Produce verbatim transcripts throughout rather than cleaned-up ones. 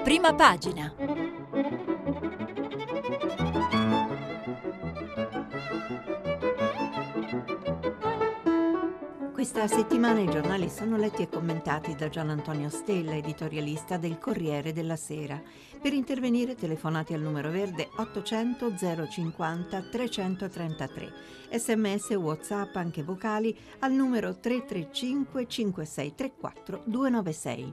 Prima pagina. Questa settimana i giornali sono letti e commentati da Gian Antonio Stella, editorialista del Corriere della Sera. Per intervenire telefonate al numero verde ottocento zero cinquanta trecentotrentatré. Sms, WhatsApp, anche vocali al numero tre tre cinque cinque sei tre quattro due nove sei.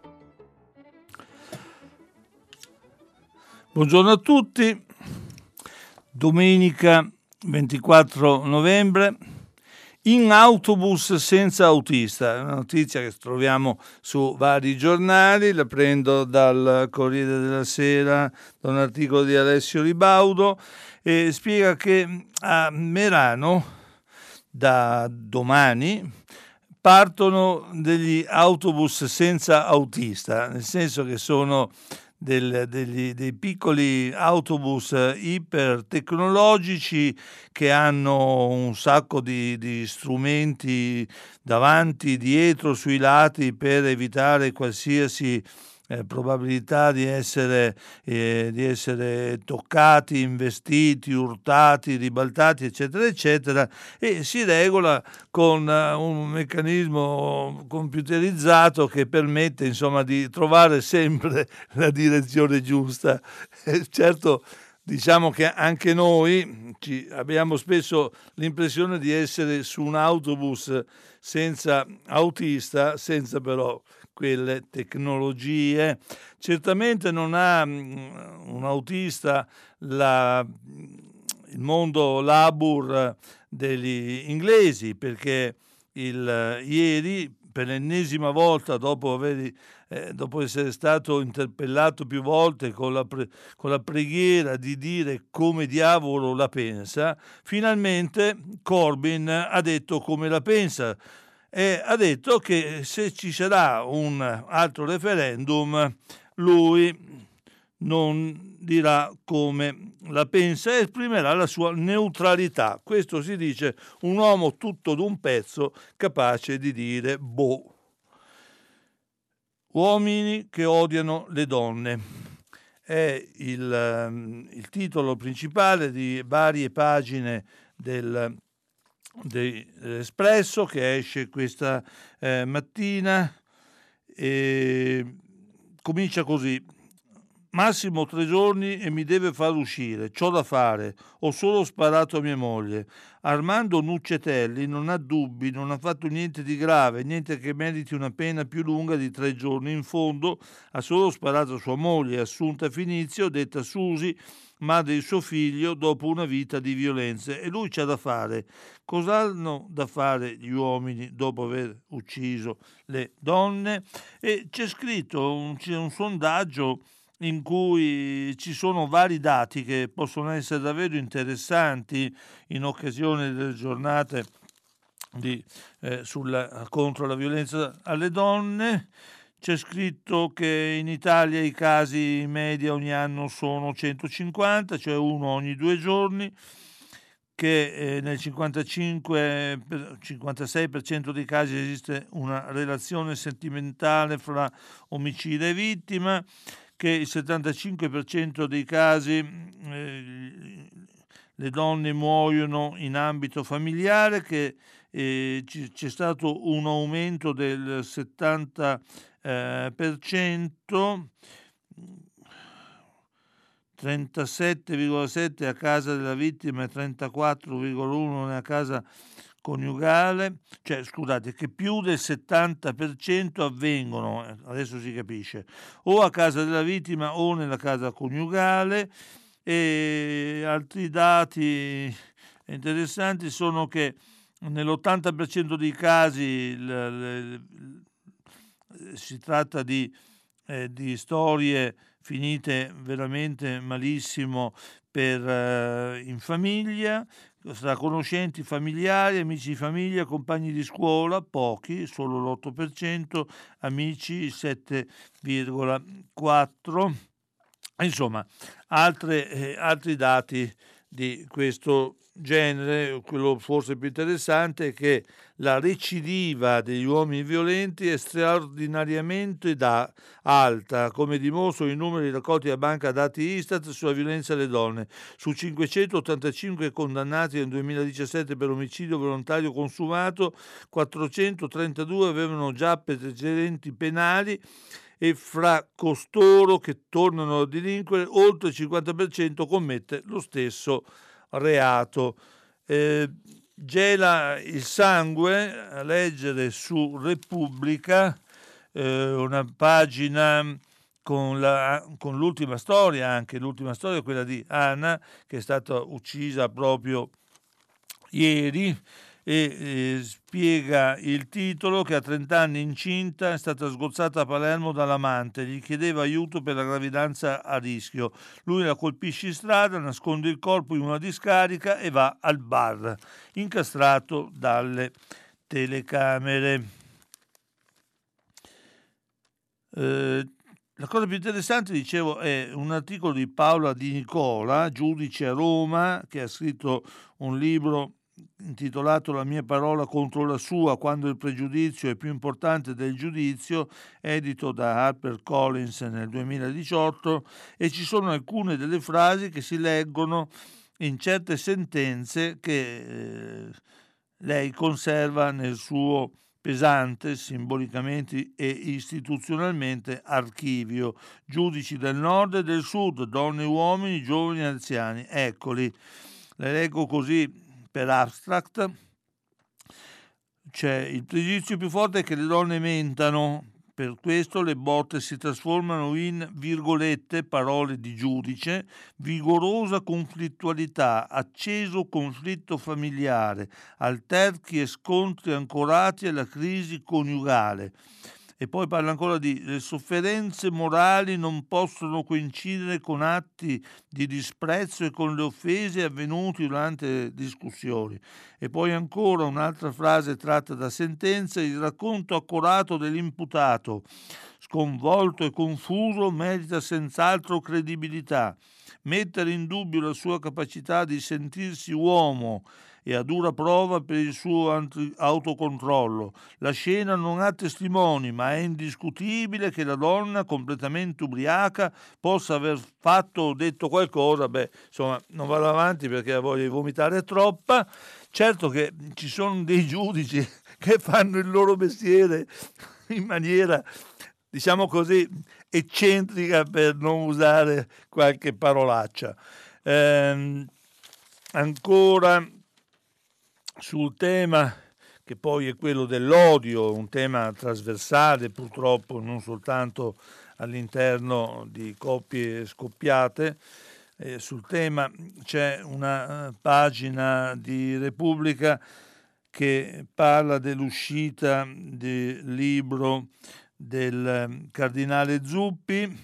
Buongiorno a tutti. Domenica ventiquattro novembre. In autobus senza autista, una notizia che troviamo su vari giornali, la prendo dal Corriere della Sera, da un articolo di Alessio Ribaudo, e spiega che a Merano da domani partono degli autobus senza autista, nel senso che sono Del, degli, dei piccoli autobus ipertecnologici che hanno un sacco di, di strumenti davanti, dietro, sui lati per evitare qualsiasi eh, probabilità di essere, eh, di essere toccati, investiti, urtati, ribaltati, eccetera, eccetera, e si regola con uh, un meccanismo computerizzato che permette, insomma, di trovare sempre la direzione giusta. Eh, certo, diciamo che anche noi ci abbiamo spesso l'impressione di essere su un autobus senza autista, senza però quelle tecnologie. Certamente non ha mh, un autista la, il mondo labur degli inglesi, perché il, ieri per l'ennesima volta, dopo, aver, eh, dopo essere stato interpellato più volte con la, pre, con la preghiera di dire come diavolo la pensa, finalmente Corbyn ha detto come la pensa e ha detto che se ci sarà un altro referendum lui non dirà come la pensa e esprimerà la sua neutralità. Questo si dice un uomo tutto d'un pezzo capace di dire boh. Uomini che odiano le donne è il, il titolo principale di varie pagine del dell'Espresso che esce questa eh, mattina e comincia così: massimo tre giorni e mi deve far uscire, c'ho da fare, ho solo sparato a mia moglie. Armando Nuccetelli non ha dubbi, non ha fatto niente di grave, niente che meriti una pena più lunga di tre giorni. In fondo ha solo sparato a sua moglie, Assunta Finizio, detta Susi, madre di suo figlio, dopo una vita di violenze, e lui c'ha da fare. Cosa hanno da fare gli uomini dopo aver ucciso le donne? E c'è scritto un, c'è un sondaggio in cui ci sono vari dati che possono essere davvero interessanti in occasione delle giornate di, eh, sulla, contro la violenza alle donne. C'è scritto che in Italia i casi in media ogni anno sono centocinquanta, cioè uno ogni due giorni, che eh, nel cinquantacinque cinquantasei per cento dei casi esiste una relazione sentimentale fra omicida e vittima, che il settantacinque per cento dei casi eh, le donne muoiono in ambito familiare, che eh, c- c'è stato un aumento del settanta eh, per cento, trentasette virgola sette a casa della vittima e trentaquattro virgola uno nella casa coniugale, cioè scusate, che più del settanta per cento avvengono, adesso si capisce, o a casa della vittima o nella casa coniugale. E altri dati interessanti sono che nell'ottanta per cento dei casi l, l, l, si tratta di, eh, di storie finite veramente malissimo per, eh, in famiglia, tra conoscenti, familiari, amici di famiglia, compagni di scuola, pochi, solo l'otto per cento, amici il sette virgola quattro per cento. Insomma, altre, eh, altri dati di questo genere. Quello forse più interessante è che la recidiva degli uomini violenti è straordinariamente da alta, come dimostrano i numeri raccolti da banca dati Istat sulla violenza alle donne. Su cinquecentottantacinque condannati nel duemiladiciassette per omicidio volontario consumato, quattrocentotrentadue avevano già precedenti penali, e fra costoro che tornano a delinquere oltre il cinquanta per cento commette lo stesso reato. Eh, gela il sangue a leggere su Repubblica, eh, una pagina con, la, con l'ultima storia, anche l'ultima storia, quella di Anna, che è stata uccisa proprio ieri, e eh, spiega il titolo che a trenta anni incinta è stata sgozzata a Palermo dall'amante, gli chiedeva aiuto per la gravidanza a rischio, lui la colpisce in strada, nasconde il corpo in una discarica e va al bar, incastrato dalle telecamere. Eh, la cosa più interessante, dicevo, è un articolo di Paola Di Nicola, giudice a Roma, che ha scritto un libro intitolato La mia parola contro la sua, quando il pregiudizio è più importante del giudizio, edito da HarperCollins nel duemiladiciotto, e ci sono alcune delle frasi che si leggono in certe sentenze che eh, lei conserva nel suo pesante, simbolicamente e istituzionalmente, archivio. Giudici del nord e del sud, donne e uomini, giovani e anziani, eccoli. Le leggo così per abstract. C'è il pregiudizio più forte è che le donne mentano, per questo le botte si trasformano in, virgolette, parole di giudice, vigorosa conflittualità, acceso conflitto familiare, alterchi e scontri ancorati alla crisi coniugale. E poi parla ancora di le sofferenze morali non possono coincidere con atti di disprezzo e con le offese avvenute durante le discussioni. E poi ancora un'altra frase tratta da sentenza: il racconto accorato dell'imputato, sconvolto e confuso, merita senz'altro credibilità. Mettere in dubbio la sua capacità di sentirsi uomo e a dura prova per il suo autocontrollo. La scena non ha testimoni, ma è indiscutibile che la donna, completamente ubriaca, possa aver fatto o detto qualcosa. Beh, insomma, non vado avanti perché la voglia di vomitare è troppa. Certo che ci sono dei giudici che fanno il loro mestiere in maniera, diciamo così, eccentrica, per non usare qualche parolaccia. Ehm, ancora sul tema che poi è quello dell'odio, un tema trasversale purtroppo, non soltanto all'interno di coppie scoppiate. Eh, sul tema c'è una uh, pagina di Repubblica che parla dell'uscita del libro del cardinale Zuppi,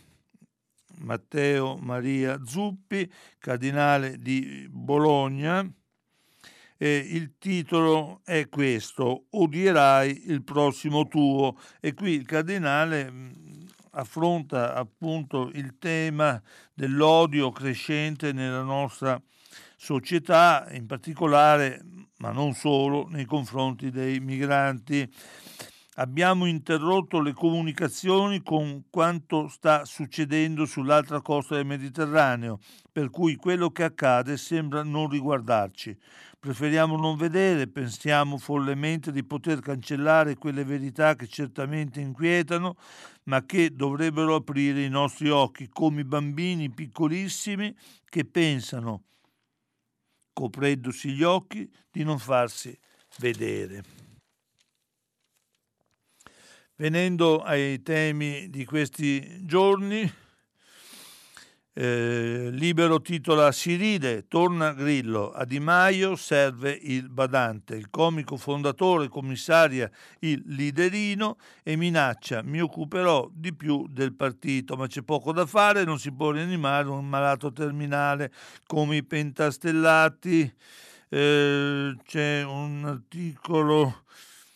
Matteo Maria Zuppi, cardinale di Bologna. E il titolo è questo: odierai il prossimo tuo. E qui il cardinale mh, affronta appunto il tema dell'odio crescente nella nostra società, in particolare, ma non solo, nei confronti dei migranti. Abbiamo interrotto le comunicazioni con quanto sta succedendo sull'altra costa del Mediterraneo, per cui quello che accade sembra non riguardarci. Preferiamo non vedere, pensiamo follemente di poter cancellare quelle verità che certamente inquietano, ma che dovrebbero aprire i nostri occhi, come i bambini piccolissimi che pensano, coprendosi gli occhi, di non farsi vedere. Venendo ai temi di questi giorni, eh, Libero titola: si ride, torna Grillo, a Di Maio serve il badante, il comico fondatore commissaria il liderino e minaccia: mi occuperò di più del partito, ma c'è poco da fare, non si può rianimare un malato terminale come i pentastellati. Eh, c'è un articolo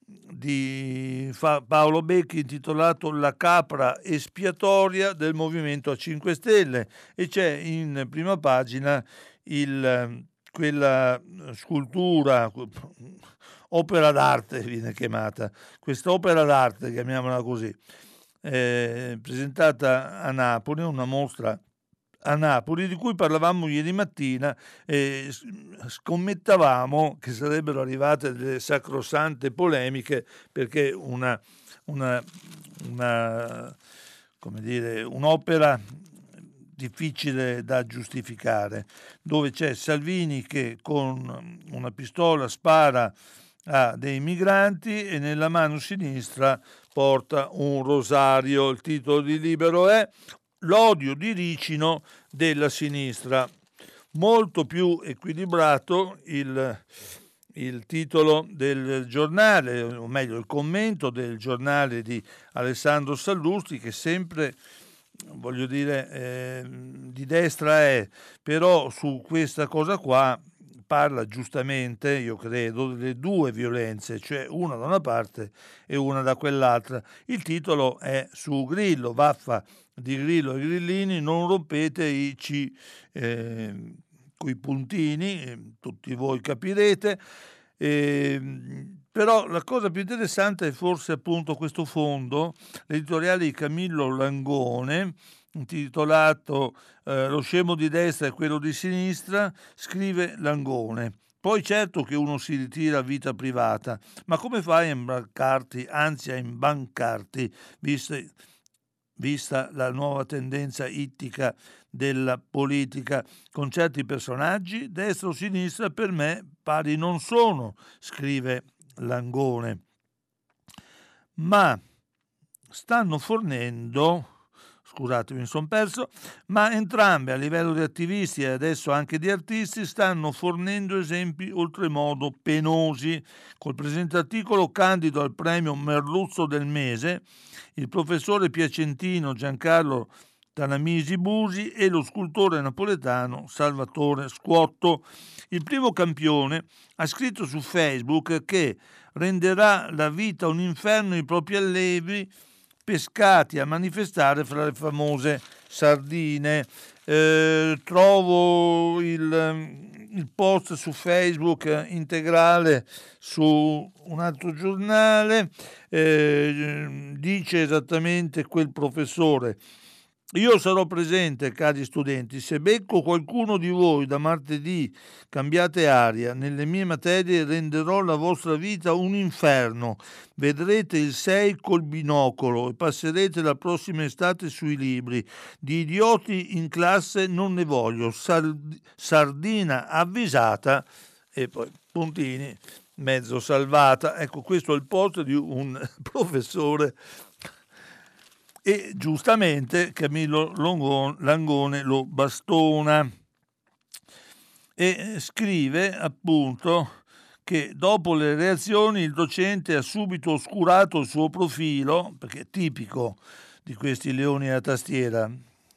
di Paolo Becchi intitolato La capra espiatoria del Movimento a cinque Stelle, e c'è in prima pagina il, quella scultura, opera d'arte viene chiamata, questa opera d'arte, chiamiamola così, eh, presentata a Napoli, una mostra a Napoli di cui parlavamo ieri mattina e scommettavamo che sarebbero arrivate delle sacrosante polemiche, perché una, una, una come dire, un'opera difficile da giustificare, dove c'è Salvini che con una pistola spara a dei migranti e nella mano sinistra porta un rosario. Il titolo di Libero è L'odio di Ricino della sinistra. Molto più equilibrato il, il titolo del giornale, o meglio il commento del giornale di Alessandro Sallusti, che sempre, voglio dire, eh, di destra è, però su questa cosa qua parla giustamente, io credo, delle due violenze, cioè una da una parte e una da quell'altra. Il titolo è su Grillo, vaffa di Grillo e Grillini, non rompete i C eh, coi puntini, eh, tutti voi capirete. Eh, però la cosa più interessante è forse appunto questo fondo, l'editoriale di Camillo Langone, intitolato eh, Lo scemo di destra e quello di sinistra, scrive Langone. Poi certo che uno si ritira a vita privata, ma come fai a imbarcarti, anzi a imbancarti, vista, vista la nuova tendenza ittica della politica, con certi personaggi? Destra o sinistra per me pari non sono, scrive Langone, ma stanno fornendo... Scusatemi, mi sono perso, ma entrambe a livello di attivisti e adesso anche di artisti stanno fornendo esempi oltremodo penosi. Col presente articolo candido al premio Merluzzo del mese il professore piacentino Giancarlo Tanamisi Busi e lo scultore napoletano Salvatore Squotto. Il primo campione ha scritto su Facebook che renderà la vita un inferno ai propri allievi pescati a manifestare fra le famose sardine. Eh, trovo il, il post su Facebook integrale su un altro giornale, eh, dice esattamente quel professore: io sarò presente, cari studenti, se becco qualcuno di voi da martedì, cambiate aria, nelle mie materie renderò la vostra vita un inferno, vedrete il sei col binocolo e passerete la prossima estate sui libri, di idioti in classe non ne voglio, Sard- sardina avvisata, e poi puntini, mezzo salvata. Ecco, questo è il post di un professore. E giustamente Camillo Langone lo bastona e scrive appunto che dopo le reazioni il docente ha subito oscurato il suo profilo, perché è tipico di questi leoni alla tastiera,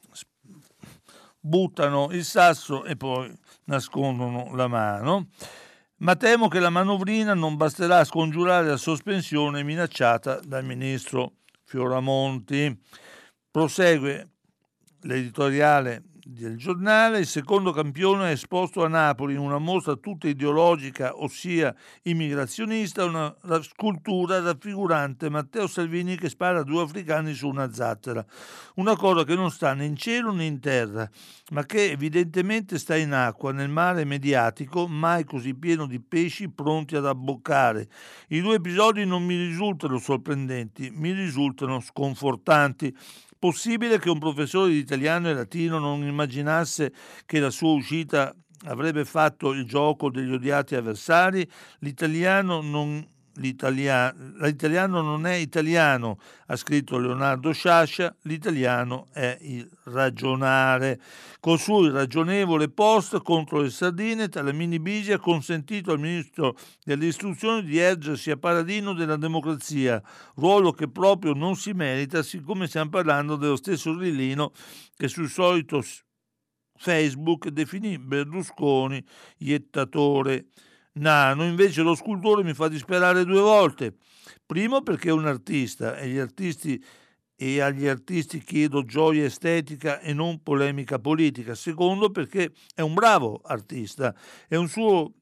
buttano il sasso e poi nascondono la mano, ma temo che la manovrina non basterà a scongiurare la sospensione minacciata dal ministro Fioramonti. Prosegue l'editoriale del giornale: il secondo campione è esposto a Napoli in una mostra tutta ideologica, ossia immigrazionista, una scultura raffigurante Matteo Salvini che spara a due africani su una zattera, una cosa che non sta né in cielo né in terra, ma che evidentemente sta in acqua, nel mare mediatico mai così pieno di pesci pronti ad abboccare. I due episodi non mi risultano sorprendenti, mi risultano sconfortanti. Possibile che un professore di italiano e latino non immaginasse che la sua uscita avrebbe fatto il gioco degli odiati avversari? L'italiano non, l'italia, l'italiano non è italiano, ha scritto Leonardo Sciascia, l'italiano è il ragionare. Col suo irragionevole post contro le sardine, Talamini Bisi ha consentito al ministro dell'istruzione di ergersi a paladino della democrazia, ruolo che proprio non si merita, siccome stiamo parlando dello stesso Grillino che sul solito Facebook definì Berlusconi iettatore nano, invece lo scultore mi fa disperare due volte. Primo perché è un artista e gli artisti e agli artisti chiedo gioia estetica e non polemica politica. Secondo perché è un bravo artista, è un suo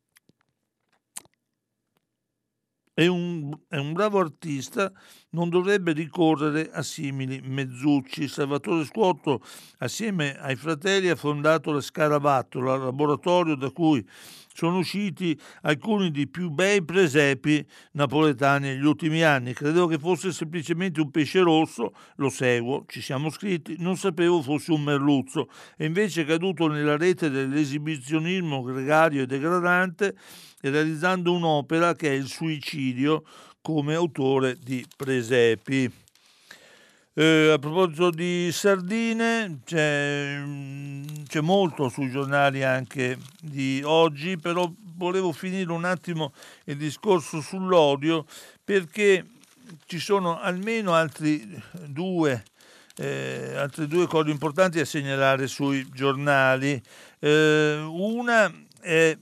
è un, è un bravo artista, non dovrebbe ricorrere a simili mezzucci. Salvatore Squotto, assieme ai fratelli, ha fondato la Scarabattola, laboratorio da cui sono usciti alcuni dei più bei presepi napoletani negli ultimi anni. Credevo che fosse semplicemente un pesce rosso, lo seguo, ci siamo scritti, non sapevo fosse un merluzzo, e invece è caduto nella rete dell'esibizionismo gregario e degradante, realizzando un'opera che è il suicidio come autore di presepi. Eh, a proposito di sardine, c'è, c'è molto sui giornali anche di oggi, però volevo finire un attimo il discorso sull'odio, perché ci sono almeno altri due, eh, altre due cose importanti da segnalare sui giornali. Eh, una è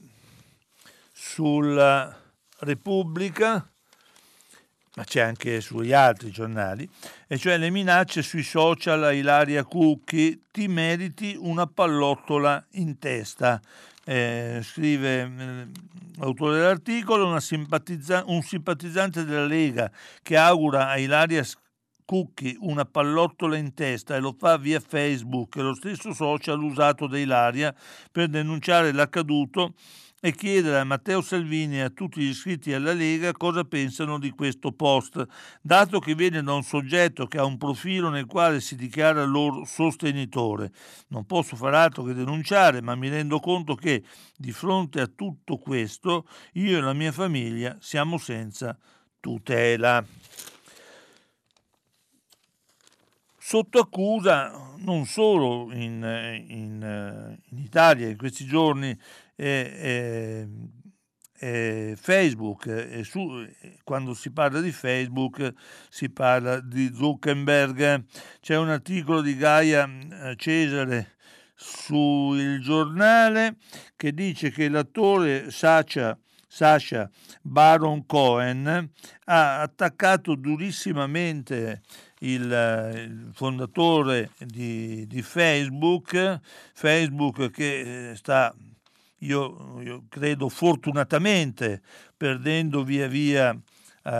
sulla Repubblica, ma c'è anche sugli altri giornali, e cioè le minacce sui social a Ilaria Cucchi: ti meriti una pallottola in testa. Eh, scrive eh, l'autore dell'articolo, una simpatizza- un simpatizzante della Lega che augura a Ilaria Cucchi una pallottola in testa e lo fa via Facebook, lo stesso social usato da Ilaria per denunciare l'accaduto e chiedere a Matteo Salvini e a tutti gli iscritti alla Lega cosa pensano di questo post, dato che viene da un soggetto che ha un profilo nel quale si dichiara loro sostenitore. Non posso far altro che denunciare, ma mi rendo conto che di fronte a tutto questo io e la mia famiglia siamo senza tutela. Sotto accusa non solo in, in, in Italia in questi giorni eh, eh, Facebook, eh, su, quando si parla di Facebook si parla di Zuckerberg. C'è un articolo di Gaia Cesare sul Giornale che dice che l'attore Sacha Sacha Baron Cohen ha attaccato durissimamente il, il fondatore di, di Facebook, Facebook che sta, io, io credo fortunatamente, perdendo via via uh,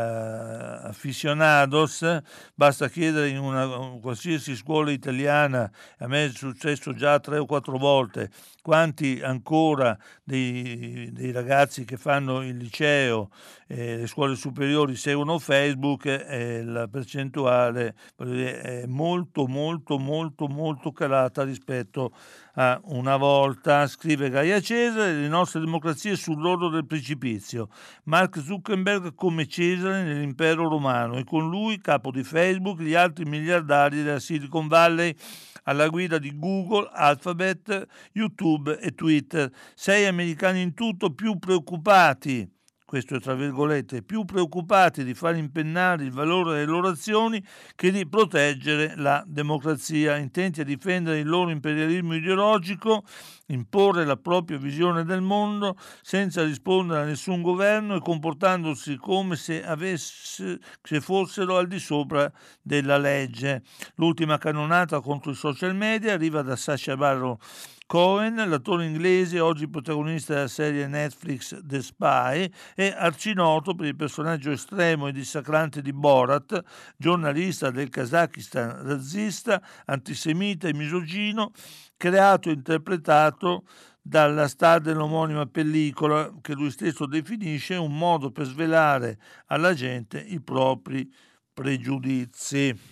aficionados. Basta chiedere in una, una qualsiasi scuola italiana, a me è successo già tre o quattro volte, quanti ancora dei, dei ragazzi che fanno il liceo e le scuole superiori seguono Facebook, e la percentuale è molto molto molto molto calata rispetto a una volta. Scrive Gaia Cesare: le nostre democrazie sull'orlo del precipizio, Mark Zuckerberg come Cesare nell'impero romano e con lui, capo di Facebook, gli altri miliardari della Silicon Valley alla guida di Google, Alphabet, YouTube e Twitter. Sei americani in tutto più preoccupati, questo è tra virgolette, più preoccupati di far impennare il valore delle loro azioni che di proteggere la democrazia, intenti a difendere il loro imperialismo ideologico, imporre la propria visione del mondo senza rispondere a nessun governo e comportandosi come se, avesse, se fossero al di sopra della legge. L'ultima cannonata contro i social media arriva da Sacha Baron Cohen, l'attore inglese oggi protagonista della serie Netflix The Spy e arcinoto per il personaggio estremo e dissacrante di Borat, giornalista del Kazakistan razzista, antisemita e misogino, creato e interpretato dalla star dell'omonima pellicola, che lui stesso definisce un modo per svelare alla gente i propri pregiudizi.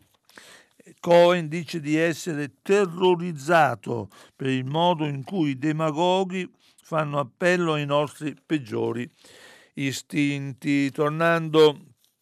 Cohen dice di essere terrorizzato per il modo in cui i demagoghi fanno appello ai nostri peggiori istinti. Tornando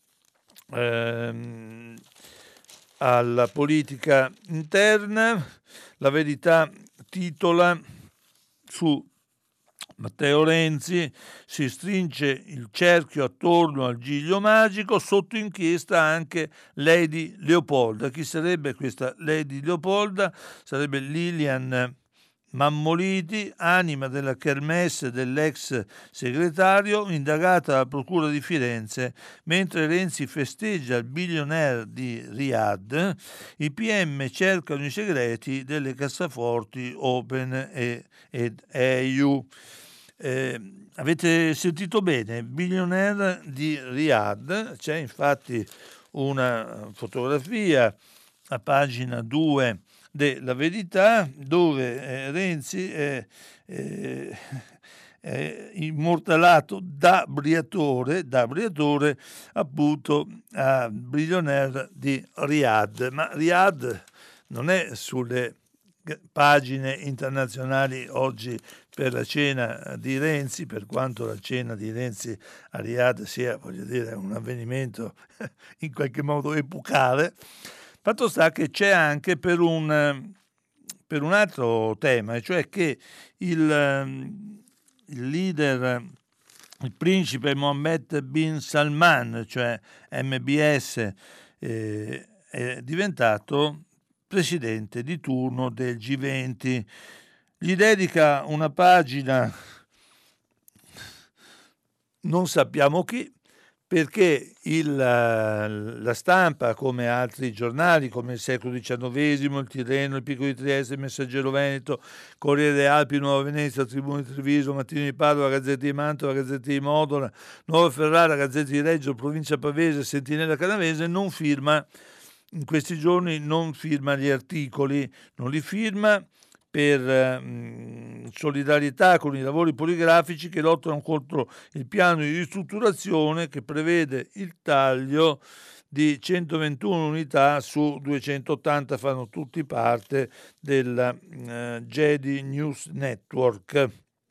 ehm, alla politica interna, La Verità titola su Matteo Renzi: si stringe il cerchio attorno al giglio magico, sotto inchiesta anche Lady Leopolda. Chi sarebbe questa Lady Leopolda? Sarebbe Lilian Mammoliti, anima della kermesse dell'ex segretario, indagata dalla Procura di Firenze. Mentre Renzi festeggia il billionaire di Riyadh, i P M cercano i segreti delle cassaforti Open e, ed E U. Eh, avete sentito bene, billionaire di Riyadh. C'è infatti una fotografia a pagina due della Verità, dove eh, Renzi è, è, è immortalato da Briatore, da Briatore appunto a billionaire di Riyadh. Ma Riyadh non è sulle pagine internazionali oggi per la cena di Renzi, per quanto la cena di Renzi a Riyadh sia, voglio dire, un avvenimento in qualche modo epocale. Fatto sta che c'è anche per un, per un altro tema, e cioè che il, il leader, il principe Mohammed bin Salman, cioè M B S, eh, è diventato presidente di turno del G venti. Gli dedica una pagina, non sappiamo chi, perché il, la Stampa, come altri giornali, come il Secolo diciannovesimo, il Tirreno, il Piccolo di Trieste, il Messaggero Veneto, Corriere delle Alpi, Nuova Venezia, Tribuna di Treviso, Mattino di Padova, Gazzetta di Mantova, Gazzetta di Modena, Nuova Ferrara, Gazzetta di Reggio, Provincia Pavese, Sentinella Canavese, non firma, in questi giorni non firma gli articoli, non li firma per mh, solidarietà con i lavori poligrafici che lottano contro il piano di ristrutturazione che prevede il taglio di centoventuno unità su duecentottanta, fanno tutti parte del uh, Jedi News Network.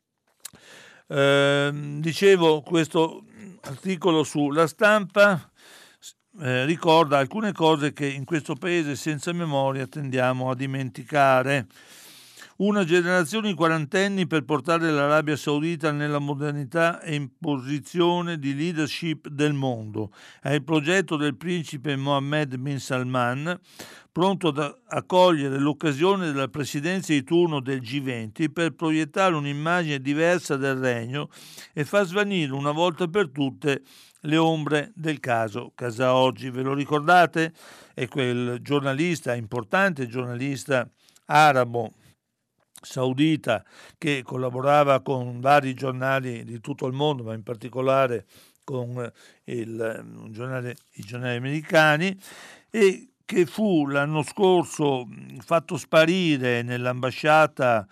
Eh, dicevo, questo articolo sulla Stampa eh, ricorda alcune cose che in questo paese senza memoria tendiamo a dimenticare. Una generazione di quarantenni per portare l'Arabia Saudita nella modernità e in posizione di leadership del mondo. È il progetto del principe Mohammed bin Salman, pronto ad accogliere l'occasione della presidenza di turno del G venti per proiettare un'immagine diversa del regno e far svanire una volta per tutte le ombre del caso Khashoggi. Ve lo ricordate? È quel giornalista, importante giornalista arabo saudita che collaborava con vari giornali di tutto il mondo, ma in particolare con il, un giornale, i giornali americani, e che fu l'anno scorso fatto sparire nell'ambasciata,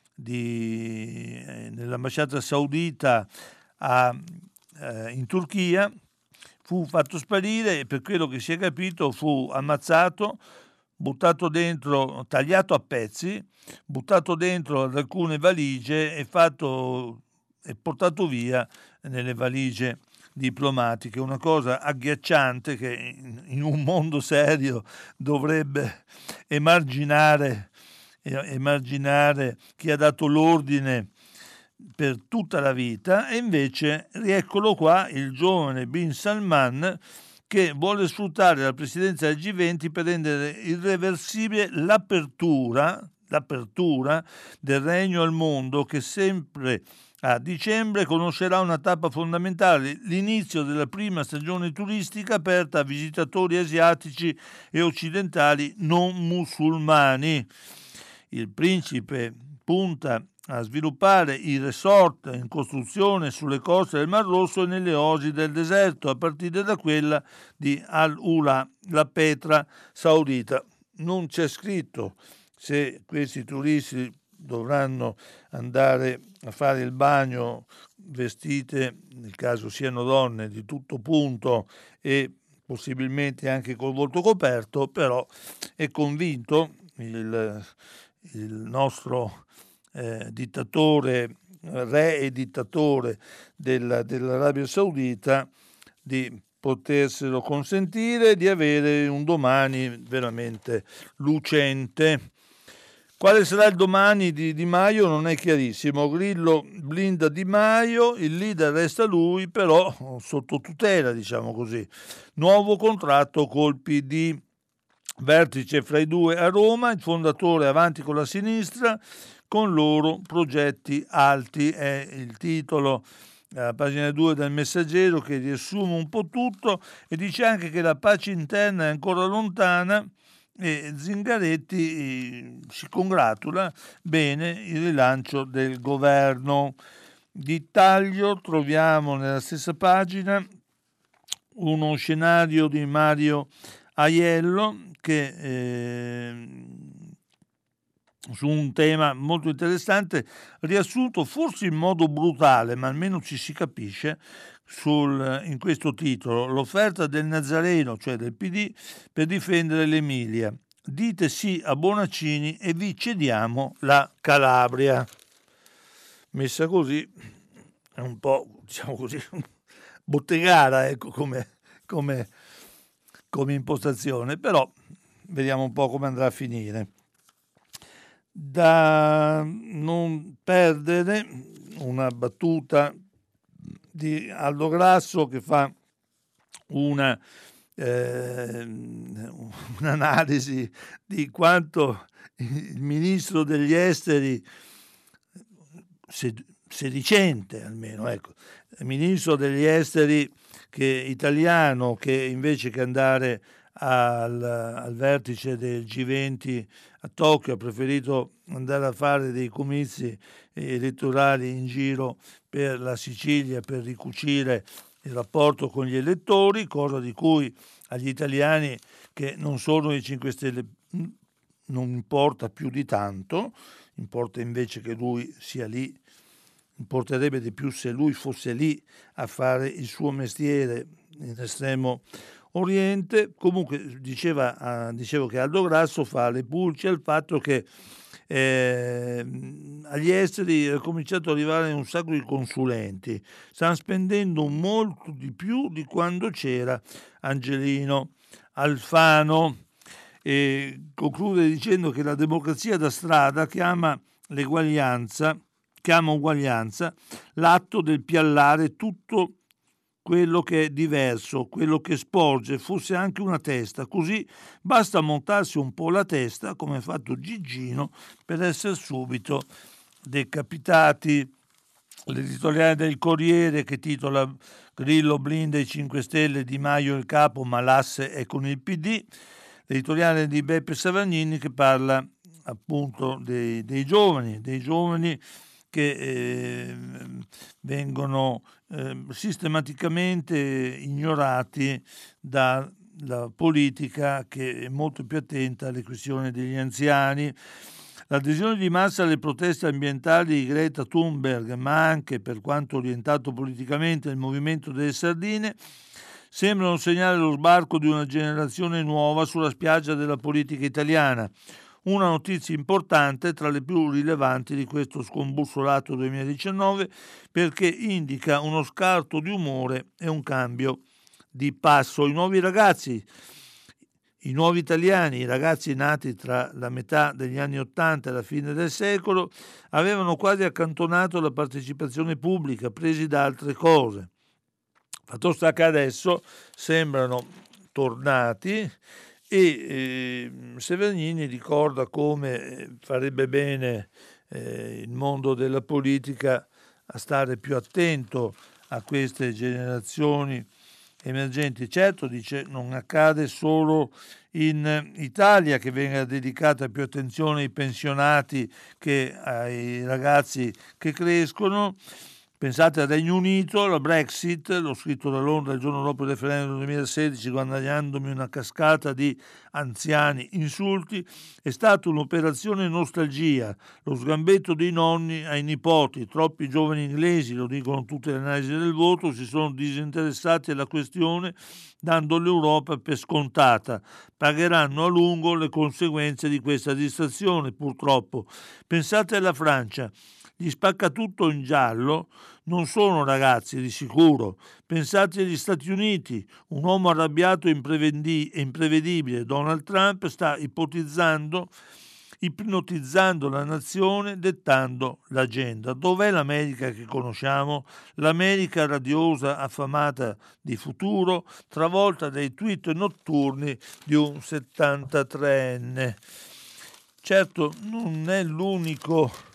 di, eh, nell'ambasciata saudita a, eh, in Turchia. Fu fatto sparire e, per quello che si è capito, fu ammazzato, buttato dentro, tagliato a pezzi, buttato dentro ad alcune valigie e fatto e portato via nelle valigie diplomatiche. Una cosa agghiacciante che in un mondo serio dovrebbe emarginare, emarginare chi ha dato l'ordine per tutta la vita, e invece rieccolo qua il giovane Bin Salman che vuole sfruttare la presidenza del G venti per rendere irreversibile l'apertura, l'apertura del regno al mondo, che sempre a dicembre conoscerà una tappa fondamentale, l'inizio della prima stagione turistica aperta a visitatori asiatici e occidentali non musulmani. Il principe punta a sviluppare i resort in costruzione sulle coste del Mar Rosso e nelle oasi del deserto, a partire da quella di Al-Ula, la Petra saudita. Non c'è scritto se questi turisti dovranno andare a fare il bagno vestite, nel caso siano donne, di tutto punto e possibilmente anche col volto coperto, però è convinto il, il nostro Eh, dittatore, re e dittatore della, dell'Arabia Saudita, di poterselo consentire, di avere un domani veramente lucente. Quale sarà il domani di Di Maio non è chiarissimo. Grillo blinda Di Maio, il leader resta lui, però sotto tutela, diciamo così. Nuovo contratto col P D. Vertice fra i due a Roma, il fondatore avanti con la sinistra, con loro progetti alti, è il titolo a pagina due del Messaggero, che riassume un po' tutto e dice anche che la pace interna è ancora lontana e Zingaretti si congratula bene il rilancio del governo. Di taglio troviamo nella stessa pagina uno scenario di Mario Aiello che eh, su un tema molto interessante, riassunto forse in modo brutale, ma almeno ci si capisce, sul, in questo titolo: l'offerta del Nazareno, cioè del P D, per difendere l'Emilia. Dite sì a Bonaccini e vi cediamo la Calabria. Messa così è un po', diciamo così, bottegara, ecco, come, come, come impostazione, però vediamo un po' come andrà a finire. Da non perdere una battuta di Aldo Grasso che fa una, eh, un'analisi di quanto il ministro degli esteri, sedicente almeno, ecco, il ministro degli esteri che, italiano, che invece che andare al, al vertice del G venti a Tokyo ha preferito andare a fare dei comizi elettorali in giro per la Sicilia per ricucire il rapporto con gli elettori, cosa di cui agli italiani che non sono i cinque Stelle non importa più di tanto, importa invece che lui sia lì, importerebbe di più se lui fosse lì a fare il suo mestiere in estremo Oriente. Comunque diceva, eh, dicevo che Aldo Grasso fa le pulci al fatto che eh, agli esteri è cominciato ad arrivare un sacco di consulenti, stanno spendendo molto di più di quando c'era Angelino Alfano, e conclude dicendo che la democrazia da strada chiama l'eguaglianza, chiama uguaglianza l'atto del piallare tutto quello che è diverso, quello che sporge, fosse anche una testa, così basta montarsi un po' la testa, come ha fatto Gigino, per essere subito decapitati. L'editoriale del Corriere che titola Grillo blinda i cinque Stelle, Di Maio il capo, ma l'asse è con il P D. L'editoriale di Beppe Savagnini che parla appunto dei, dei giovani, dei giovani che eh, vengono eh, sistematicamente ignorati dalla politica, che è molto più attenta alle questioni degli anziani. L'adesione di massa alle proteste ambientali di Greta Thunberg, ma anche, per quanto orientato politicamente, il movimento delle sardine, sembrano segnare lo sbarco di una generazione nuova sulla spiaggia della politica italiana. Una notizia importante, tra le più rilevanti di questo scombussolato duemiladiciannove, perché indica uno scarto di umore e un cambio di passo. I nuovi ragazzi, i nuovi italiani, i ragazzi nati tra la metà degli anni Ottanta e la fine del secolo, avevano quasi accantonato la partecipazione pubblica, presi da altre cose. Fatto sta che adesso sembrano tornati. E eh, Severnini ricorda come farebbe bene eh, il mondo della politica a stare più attento a queste generazioni emergenti. Certo, dice, non accade solo in Italia che venga dedicata più attenzione ai pensionati che ai ragazzi che crescono. Pensate al Regno Unito, la Brexit, l'ho scritto da Londra il giorno dopo il referendum del duemilasedici, guadagnandomi una cascata di anziani insulti, è stata un'operazione nostalgia, lo sgambetto dei nonni ai nipoti. Troppi giovani inglesi, lo dicono tutte le analisi del voto, si sono disinteressati alla questione, dando l'Europa per scontata. Pagheranno a lungo le conseguenze di questa distrazione, purtroppo. Pensate alla Francia. Gli spacca tutto in giallo non sono ragazzi di sicuro. Pensate agli Stati Uniti, un uomo arrabbiato e imprevedibile, Donald Trump, sta ipotizzando, ipnotizzando la nazione, dettando l'agenda. Dov'è l'America che conosciamo? L'America radiosa, affamata di futuro, travolta dai tweet notturni di un settantatreenne. Certo, non è l'unico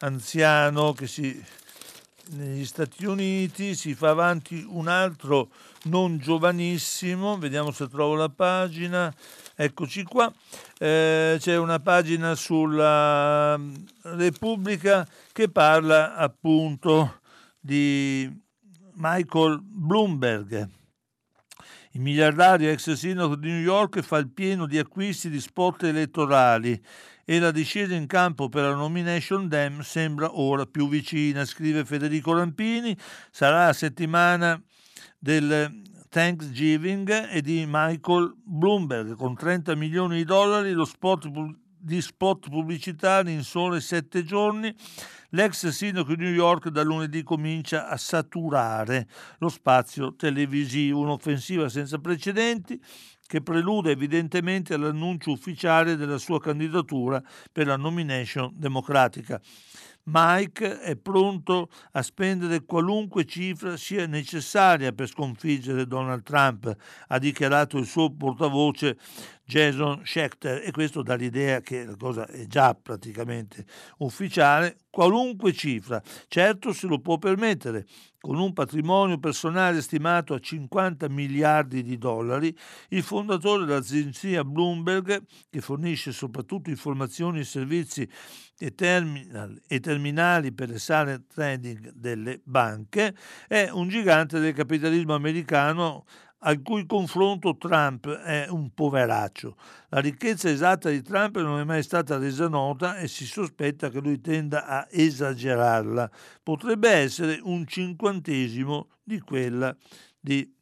anziano che si negli Stati Uniti, si fa avanti un altro non giovanissimo, vediamo se trovo la pagina, eccoci qua, eh, c'è una pagina sulla Repubblica che parla appunto di Michael Bloomberg. Il miliardario ex sindaco di New York fa il pieno di acquisti di spot elettorali e la discesa in campo per la nomination Dem sembra ora più vicina, scrive Federico Rampini. Sarà la settimana del Thanksgiving e di Michael Bloomberg, con trenta milioni di dollari lo spot di spot pubblicitari in sole sette giorni. L'ex sindaco di New York da lunedì comincia a saturare lo spazio televisivo, un'offensiva senza precedenti che prelude evidentemente all'annuncio ufficiale della sua candidatura per la nomination democratica. Mike è pronto a spendere qualunque cifra sia necessaria per sconfiggere Donald Trump, ha dichiarato il suo portavoce Jason Schechter, e questo dà l'idea che la cosa è già praticamente ufficiale. Qualunque cifra, certo se lo può permettere. Con un patrimonio personale stimato a cinquanta miliardi di dollari, il fondatore dell'agenzia Bloomberg, che fornisce soprattutto informazioni e servizi e, terminal, e terminali per le sale trading delle banche, è un gigante del capitalismo americano al cui confronto Trump è un poveraccio. La ricchezza esatta di Trump non è mai stata resa nota e si sospetta che lui tenda a esagerarla. Potrebbe essere un cinquantesimo di quella di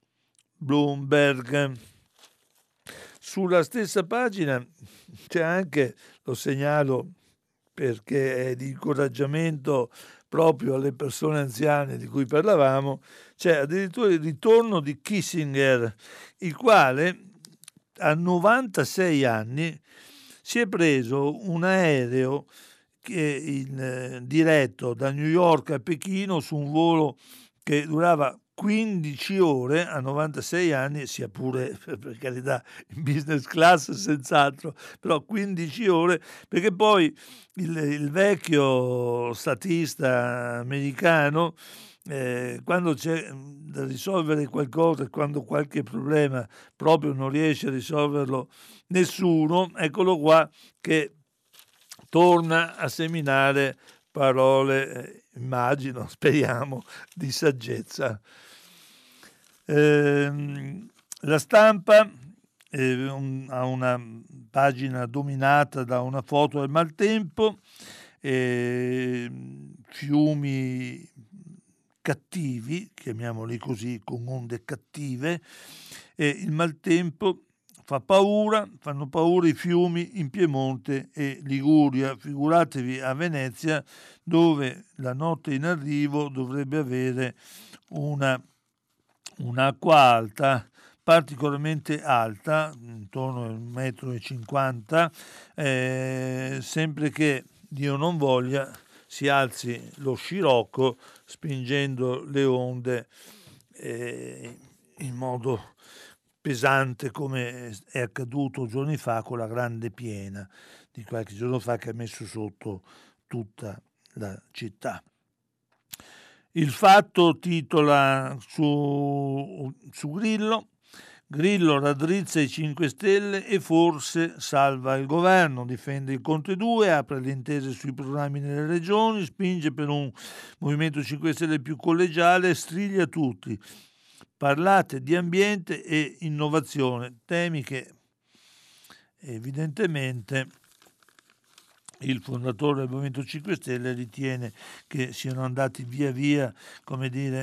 Bloomberg. Sulla stessa pagina c'è anche, lo segnalo perché è di incoraggiamento proprio alle persone anziane di cui parlavamo, c'è addirittura il ritorno di Kissinger, il quale a novantasei anni si è preso un aereo che in, eh, diretto da New York a Pechino su un volo che durava quindici ore a novantasei anni, sia pure per carità in business class senz'altro, però quindici ore, perché poi il, il vecchio statista americano, eh, quando c'è da risolvere qualcosa, quando qualche problema proprio non riesce a risolverlo nessuno, eccolo qua che torna a seminare parole, eh, immagino, speriamo, di saggezza. Eh, la Stampa eh, un, ha una pagina dominata da una foto del maltempo, eh, fiumi cattivi, chiamiamoli così, con onde cattive, e il maltempo fa paura, fanno paura i fiumi in Piemonte e Liguria. Figuratevi a Venezia, dove la notte in arrivo dovrebbe avere una un'acqua alta, particolarmente alta, intorno a un metro e cinquanta, eh, sempre che Dio non voglia si alzi lo scirocco spingendo le onde eh, in modo pesante, come è accaduto giorni fa con la grande piena di qualche giorno fa che ha messo sotto tutta la città. Il Fatto titola su, su Grillo: Grillo raddrizza i cinque Stelle e forse salva il governo, difende il Conte due, apre le intese sui programmi nelle regioni, spinge per un Movimento cinque Stelle più collegiale, striglia tutti. Parlate di ambiente e innovazione, temi che evidentemente il fondatore del Movimento cinque Stelle ritiene che siano andati via via, come dire,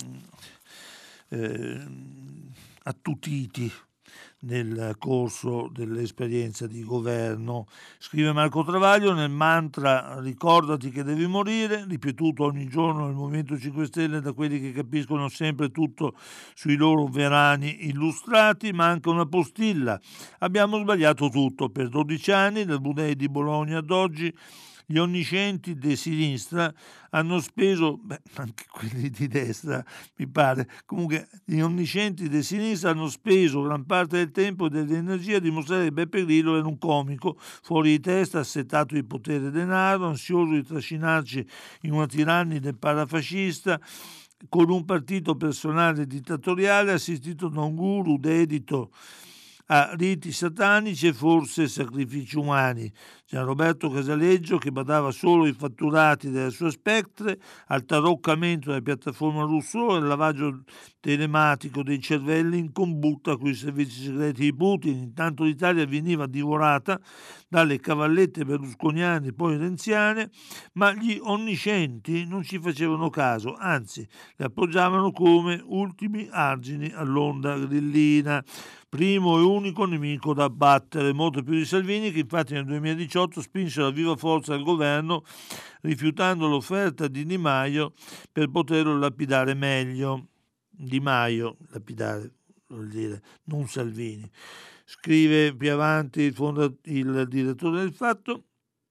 eh, attutiti nel corso dell'esperienza di governo. Scrive Marco Travaglio nel mantra "ricordati che devi morire", ripetuto ogni giorno nel Movimento cinque Stelle da quelli che capiscono sempre tutto sui loro verani illustrati, manca una postilla. Abbiamo sbagliato tutto. Per dodici anni, dal Budei di Bologna ad oggi, Gli onniscienti di sinistra hanno speso, beh, anche quelli di destra mi pare, comunque gli onniscienti di sinistra hanno speso gran parte del tempo e dell'energia a dimostrare che Beppe Grillo era un comico fuori di testa, assetato di potere e denaro, ansioso di trascinarci in una tirannide parafascista, con un partito personale dittatoriale assistito da un guru dedito a riti satanici e forse sacrifici umani. Gianroberto Casaleggio, che badava solo ai fatturati delle sue Spectre, al taroccamento della piattaforma Rousseau e al lavaggio telematico dei cervelli in combutta con i servizi segreti di Putin. Intanto l'Italia veniva divorata dalle cavallette berlusconiane poi renziane, ma gli onniscienti non ci facevano caso, anzi le appoggiavano come ultimi argini all'onda grillina, primo e unico nemico da battere, molto più di Salvini, che infatti nel duemiladiciotto spinse la viva forza al governo rifiutando l'offerta di Di Maio per poterlo lapidare meglio. Di Maio, lapidare vuol dire, non Salvini. Scrive più avanti il, fonda- il direttore del Fatto.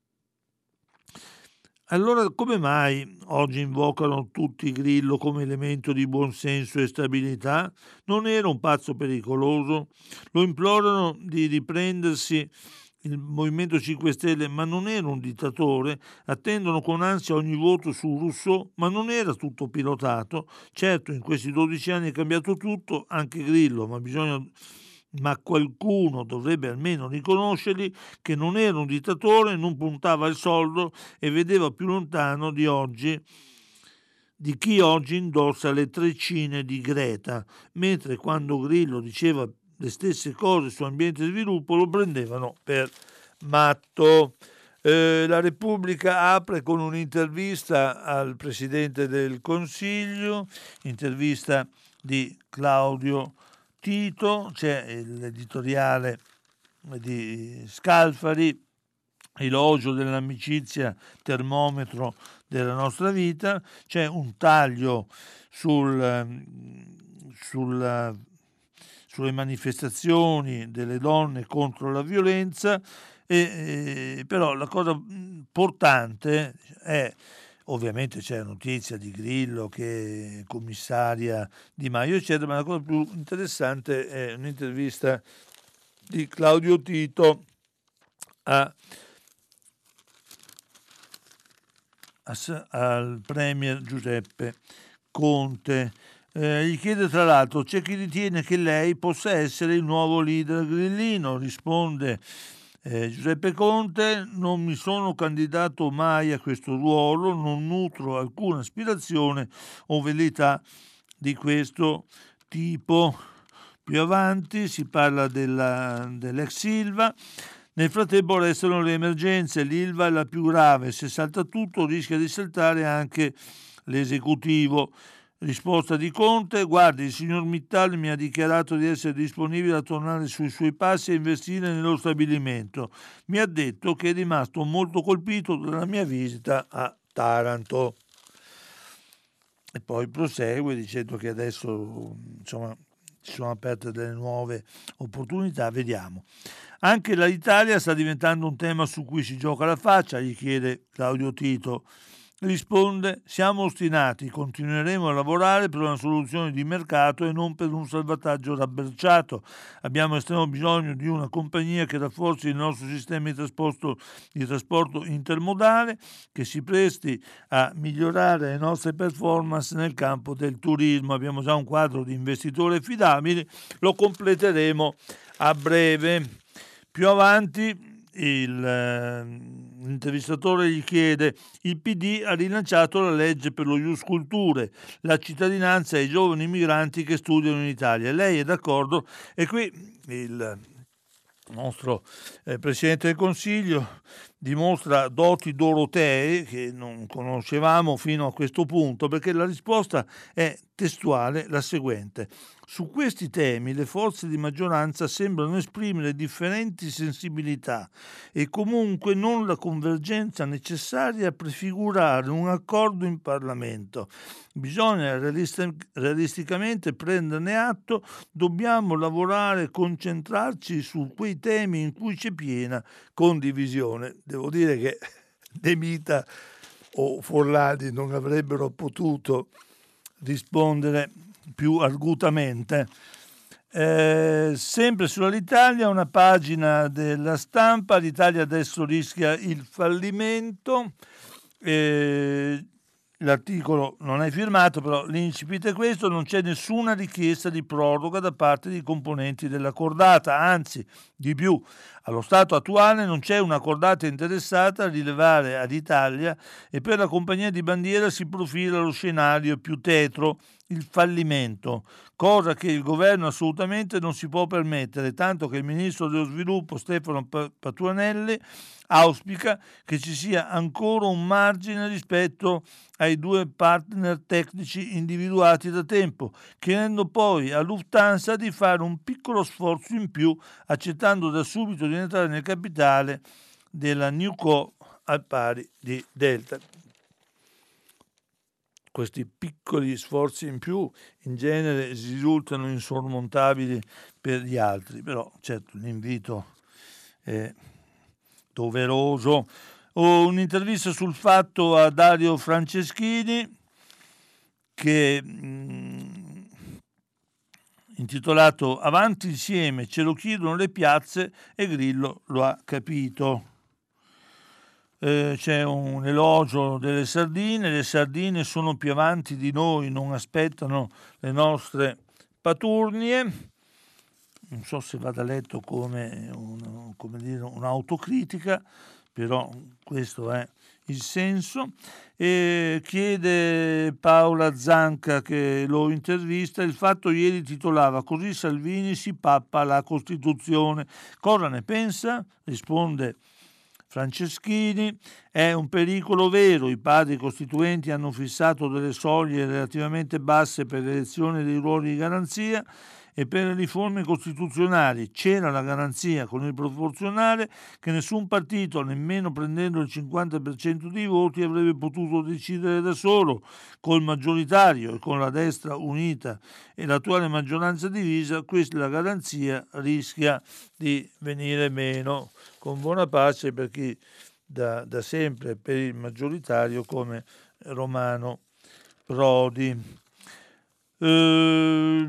Allora come mai oggi invocano tutti Grillo come elemento di buonsenso e stabilità? Non era un pazzo pericoloso? Lo implorano di riprendersi il Movimento cinque Stelle, ma non era un dittatore? Attendono con ansia ogni voto su Rousseau, ma non era tutto pilotato? Certo, in questi dodici anni è cambiato tutto, anche Grillo, ma bisogna... ma qualcuno dovrebbe almeno riconoscergli che non era un dittatore, non puntava al soldo e vedeva più lontano di oggi, di chi oggi indossa le treccine di Greta, mentre quando Grillo diceva le stesse cose su ambiente e sviluppo lo prendevano per matto. Eh, la Repubblica apre con un'intervista al Presidente del Consiglio, intervista di Claudio Tito, c'è l'editoriale di Scalfari, elogio dell'amicizia, termometro della nostra vita, c'è un taglio sul, sul, sulle manifestazioni delle donne contro la violenza, e, e, però la cosa importante è, ovviamente c'è la notizia di Grillo che commissaria Di Maio, eccetera, ma la cosa più interessante è un'intervista di Claudio Tito a, a, al premier Giuseppe Conte. Eh, gli chiede tra l'altro: c'è chi ritiene che lei possa essere il nuovo leader grillino? Risponde Eh, Giuseppe Conte: non mi sono candidato mai a questo ruolo, non nutro alcuna aspirazione o velleità di questo tipo. Più avanti si parla della, dell'ex Ilva. Nel frattempo restano le emergenze, l'Ilva è la più grave, se salta tutto rischia di saltare anche l'esecutivo. Risposta di Conte: guardi, il signor Mittal mi ha dichiarato di essere disponibile a tornare sui suoi passi e investire nello stabilimento. Mi ha detto che è rimasto molto colpito dalla mia visita a Taranto. E poi prosegue dicendo che adesso, insomma, ci sono aperte delle nuove opportunità, vediamo. Anche l'Italia sta diventando un tema su cui si gioca la faccia, gli chiede Claudio Tito. Risponde: siamo ostinati, continueremo a lavorare per una soluzione di mercato e non per un salvataggio rabberciato. Abbiamo estremo bisogno di una compagnia che rafforzi il nostro sistema di trasporto, di trasporto intermodale, che si presti a migliorare le nostre performance nel campo del turismo. Abbiamo già un quadro di investitori affidabili, lo completeremo a breve. Più avanti il, eh, l'intervistatore gli chiede: il P D ha rilanciato la legge per lo Ius Culturae, la cittadinanza ai giovani migranti che studiano in Italia. Lei è d'accordo? E qui il nostro eh, Presidente del Consiglio dimostra doti dorotee che non conoscevamo fino a questo punto, perché la risposta è testuale la seguente: su questi temi le forze di maggioranza sembrano esprimere differenti sensibilità e comunque non la convergenza necessaria a prefigurare un accordo in Parlamento. Bisogna realistic- realisticamente prenderne atto, dobbiamo lavorare e concentrarci su quei temi in cui c'è piena condivisione. Devo dire che De Mita o Forlani non avrebbero potuto rispondere più argutamente. Eh, sempre sull'Italia, una pagina della Stampa: l'Italia adesso rischia il fallimento. Eh, l'articolo non è firmato, però l'incipit è questo: non c'è nessuna richiesta di proroga da parte dei componenti della cordata, anzi di più, allo stato attuale non c'è una cordata interessata a rilevare all'Italia e per la compagnia di bandiera si profila lo scenario più tetro, il fallimento, cosa che il governo assolutamente non si può permettere, tanto che il ministro dello sviluppo Stefano Patuanelli auspica che ci sia ancora un margine rispetto ai due partner tecnici individuati da tempo, chiedendo poi a Lufthansa di fare un piccolo sforzo in più, accettando da subito di entrare nel capitale della Newco al pari di Delta. Questi piccoli sforzi in più in genere risultano insormontabili per gli altri, però certo l'invito è doveroso. Ho un'intervista sul Fatto a Dario Franceschini che mh, intitolato "Avanti insieme, ce lo chiedono le piazze e Grillo lo ha capito". Eh, c'è un elogio delle sardine: le sardine sono più avanti di noi, non aspettano le nostre paturnie. Non so se vada letto come, un, come dire, un'autocritica, però questo è il senso. E chiede Paola Zanca, che lo intervista: il Fatto ieri titolava "Così Salvini si pappa la Costituzione. Cosa ne pensa?" Risponde Franceschini: è un pericolo vero, i padri costituenti hanno fissato delle soglie relativamente basse per l'elezione dei ruoli di garanzia e per le riforme costituzionali. C'era la garanzia con il proporzionale che nessun partito, nemmeno prendendo il cinquanta per cento dei voti, avrebbe potuto decidere da solo. Col maggioritario e con la destra unita e l'attuale maggioranza divisa, questa la garanzia rischia di venire meno, con buona pace per chi da, da sempre per il maggioritario come Romano Prodi. Eh,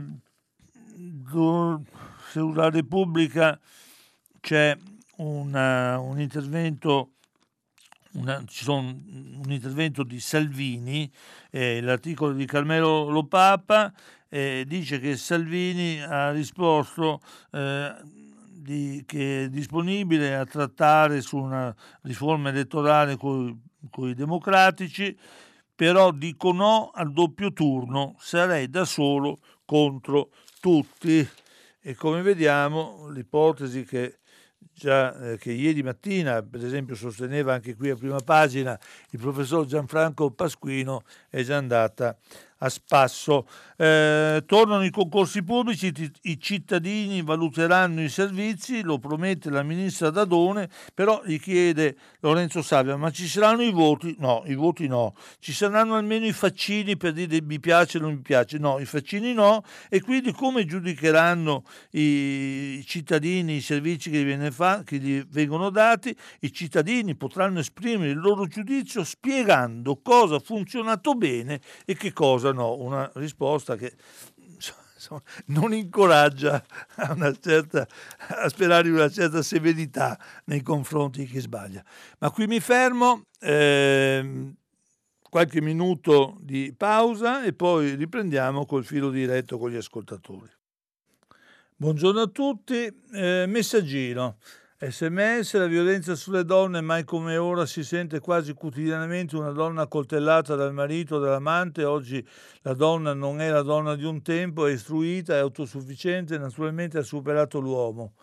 sulla Repubblica c'è una, un intervento una, ci sono un intervento di Salvini, eh, l'articolo di Carmelo Lopapa eh, dice che Salvini ha risposto eh, di, che è disponibile a trattare su una riforma elettorale con i democratici, però dico no al doppio turno, sarei da solo contro tutti. E come vediamo, l'ipotesi che già eh, che ieri mattina, per esempio, sosteneva anche qui a Prima Pagina il professor Gianfranco Pasquino, è già andata a spasso. Eh, tornano i concorsi pubblici, t- i cittadini valuteranno i servizi, lo promette la ministra Dadone, però gli chiede Lorenzo Savia: ma ci saranno i voti? No, i voti no. Ci saranno almeno i faccini per dire mi piace o non mi piace? No, i faccini no. E quindi come giudicheranno i cittadini i servizi che gli, viene fa- che gli vengono dati? I cittadini potranno esprimere il loro giudizio spiegando cosa ha funzionato bene e che cosa no. Una risposta che insomma, non incoraggia a, una certa, a sperare in una certa severità nei confronti di chi sbaglia. Ma qui mi fermo, ehm, qualche minuto di pausa e poi riprendiamo col filo diretto con gli ascoltatori. Buongiorno a tutti, eh, messaggino. sms: la violenza sulle donne, mai come ora si sente quasi quotidianamente una donna accoltellata dal marito o dall'amante. Oggi la donna non è la donna di un tempo, è istruita, è autosufficiente, naturalmente ha superato l'uomo.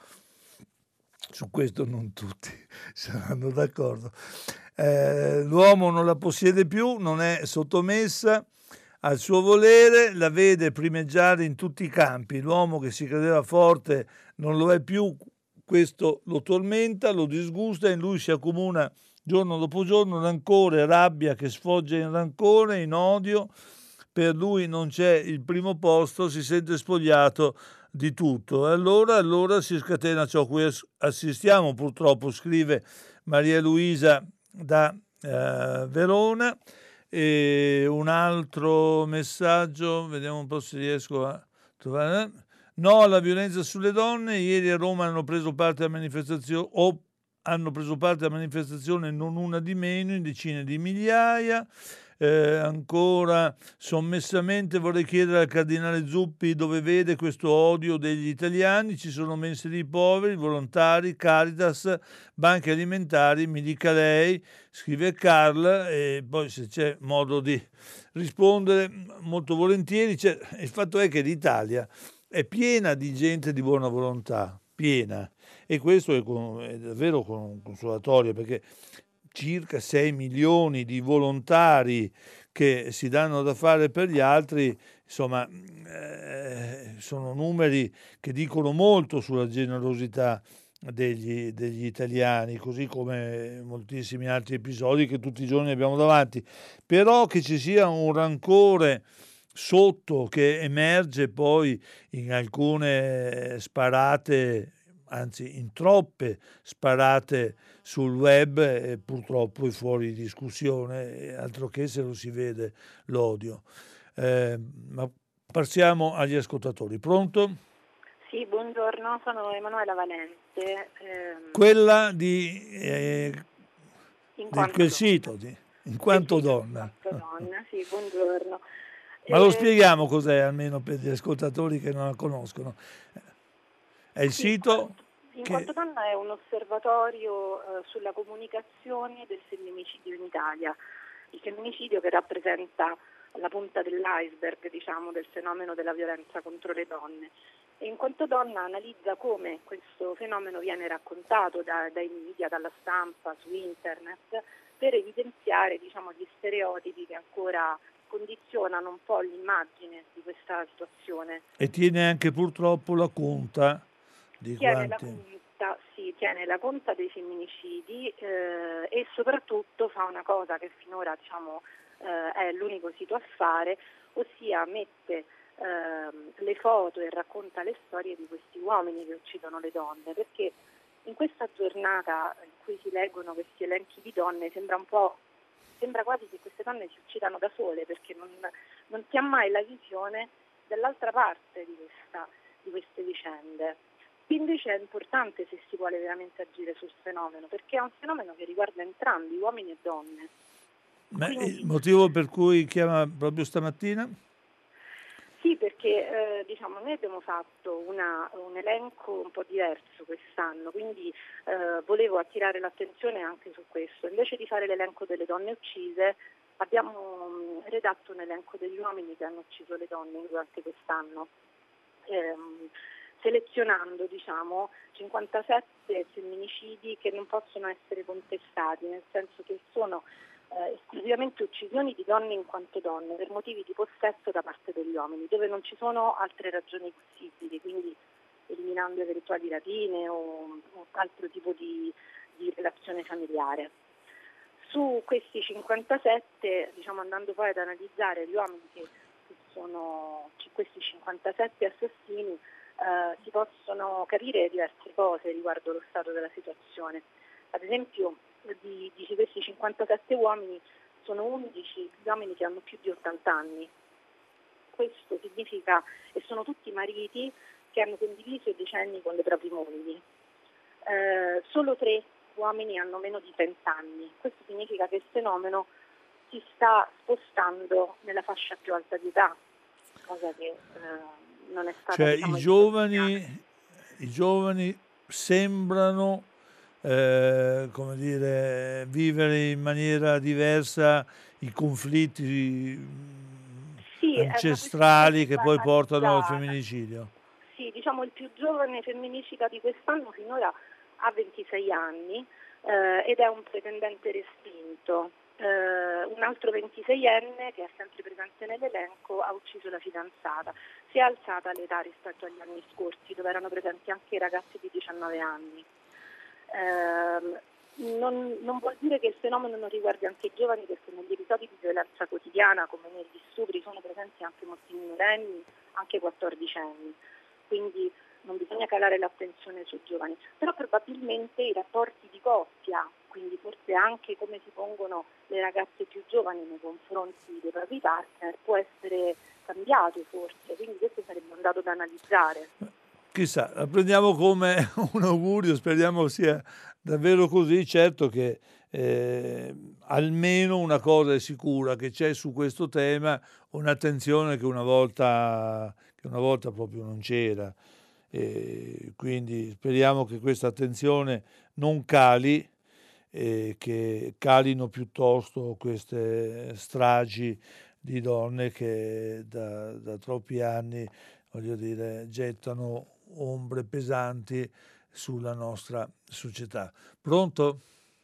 Su questo non tutti saranno d'accordo. Eh, l'uomo non la possiede più, non è sottomessa al suo volere, la vede primeggiare in tutti i campi. L'uomo che si credeva forte non lo è più. Questo lo tormenta, lo disgusta e in lui si accumula giorno dopo giorno rancore, rabbia che sfoggia in rancore, in odio. Per lui non c'è il primo posto, si sente spogliato di tutto. E allora, allora si scatena ciò a cui assistiamo, purtroppo, scrive Maria Luisa da eh, Verona. E un altro messaggio, vediamo un po' se riesco a trovare. No alla violenza sulle donne. Ieri a Roma hanno preso parte a manifestazioni o hanno preso parte a manifestazione non una di meno, in decine di migliaia. Eh, ancora sommessamente vorrei chiedere al cardinale Zuppi dove vede questo odio degli italiani. Ci sono mense dei poveri, volontari, Caritas, banche alimentari, mi dica lei, scrive Carl, e poi se c'è modo di rispondere molto volentieri. Cioè, il fatto è che l'Italia è piena di gente di buona volontà, piena, e questo è, con, è davvero consolatorio, perché circa sei milioni di volontari che si danno da fare per gli altri, insomma, eh, sono numeri che dicono molto sulla generosità degli, degli italiani, così come moltissimi altri episodi che tutti i giorni abbiamo davanti. Però che ci sia un rancore sotto che emerge poi in alcune sparate, anzi in troppe sparate sul web, e purtroppo è fuori discussione, altro che se lo si vede l'odio. Eh, ma passiamo agli ascoltatori. Pronto? Sì, buongiorno, sono Emanuela Valente. Ehm, Quella di eh, in del quanto quel donna. sito, di, in quanto Sì, sì, donna. in quanto donna, sì, buongiorno. Ma lo Eh, spieghiamo cos'è, almeno per gli ascoltatori che non la conoscono. È il sì, in sito quanto, in che... quanto donna è un osservatorio eh, sulla comunicazione del femminicidio in Italia. Il femminicidio che rappresenta la punta dell'iceberg, diciamo, del fenomeno della violenza contro le donne. E in quanto donna analizza come questo fenomeno viene raccontato da, dai media, dalla stampa, su internet, per evidenziare, diciamo, gli stereotipi che ancora condizionano un po' l'immagine di questa situazione. E tiene anche purtroppo la conta di Tiene la quanti... conta, sì, tiene la conta dei femminicidi eh, e soprattutto fa una cosa che finora, diciamo, eh, è l'unico sito a fare, ossia mette ehm, le foto e racconta le storie di questi uomini che uccidono le donne, perché in questa giornata in cui si leggono questi elenchi di donne sembra un po', sembra quasi che queste donne si uccidano da sole, perché non, non si ha mai la visione dell'altra parte di, questa, di queste vicende. Invece è importante se si vuole veramente agire sul fenomeno, perché è un fenomeno che riguarda entrambi, uomini e donne. Ma Quindi, il motivo per cui chiama proprio stamattina? sì, perché eh, diciamo, noi abbiamo fatto una, un elenco un po' diverso quest'anno, quindi eh, volevo attirare l'attenzione anche su questo. Invece di fare l'elenco delle donne uccise, abbiamo mh, redatto un elenco degli uomini che hanno ucciso le donne durante quest'anno. Ehm, selezionando, diciamo, cinquantasette femminicidi che non possono essere contestati, nel senso che sono eh, esclusivamente uccisioni di donne in quanto donne per motivi di possesso da parte degli uomini, dove non ci sono altre ragioni possibili, quindi eliminando eventuali rapine o, o altro tipo di, di relazione familiare. Su questi cinquantasette, diciamo, andando poi ad analizzare gli uomini che, che sono questi cinquantasette assassini, Uh, si possono capire diverse cose riguardo lo stato della situazione. Ad esempio, di, di questi cinquantasette uomini sono undici uomini che hanno più di ottanta anni. Questo significa, e sono tutti mariti che hanno condiviso i decenni con le proprie mogli. Uh, solo tre uomini hanno meno di trenta anni. Questo significa che il fenomeno si sta spostando nella fascia più alta di età, cosa che uh, non è stata, Cioè diciamo, i giovani, i giovani sembrano eh, come dire, vivere in maniera diversa i conflitti sì, è una questione ancestrali che che va poi portano al analizzata. femminicidio. Sì, diciamo il più giovane femminicida di quest'anno finora ha ventisei anni eh, ed è un pretendente respinto. Uh, un altro ventiseienne che è sempre presente nell'elenco ha ucciso la fidanzata. Si è alzata l'età rispetto agli anni scorsi, dove erano presenti anche i ragazzi di diciannove anni. Uh, non, non vuol dire che il fenomeno non riguardi anche i giovani, perché negli episodi di violenza quotidiana, come negli stupri, sono presenti anche molti minorenni, anche quattordicenni. Quindi non bisogna calare l'attenzione sui giovani, però probabilmente i rapporti di coppia, quindi forse anche come si pongono le ragazze più giovani nei confronti dei propri partner può essere cambiato forse, quindi questo sarebbe un dato da analizzare. Chissà, la prendiamo come un augurio, speriamo sia davvero così. Certo che eh, almeno una cosa è sicura, che c'è su questo tema un'attenzione che una volta, che una volta proprio non c'era. E quindi speriamo che questa attenzione non cali, e che calino piuttosto queste stragi di donne che da, da troppi anni, voglio dire, gettano ombre pesanti sulla nostra società. Pronto?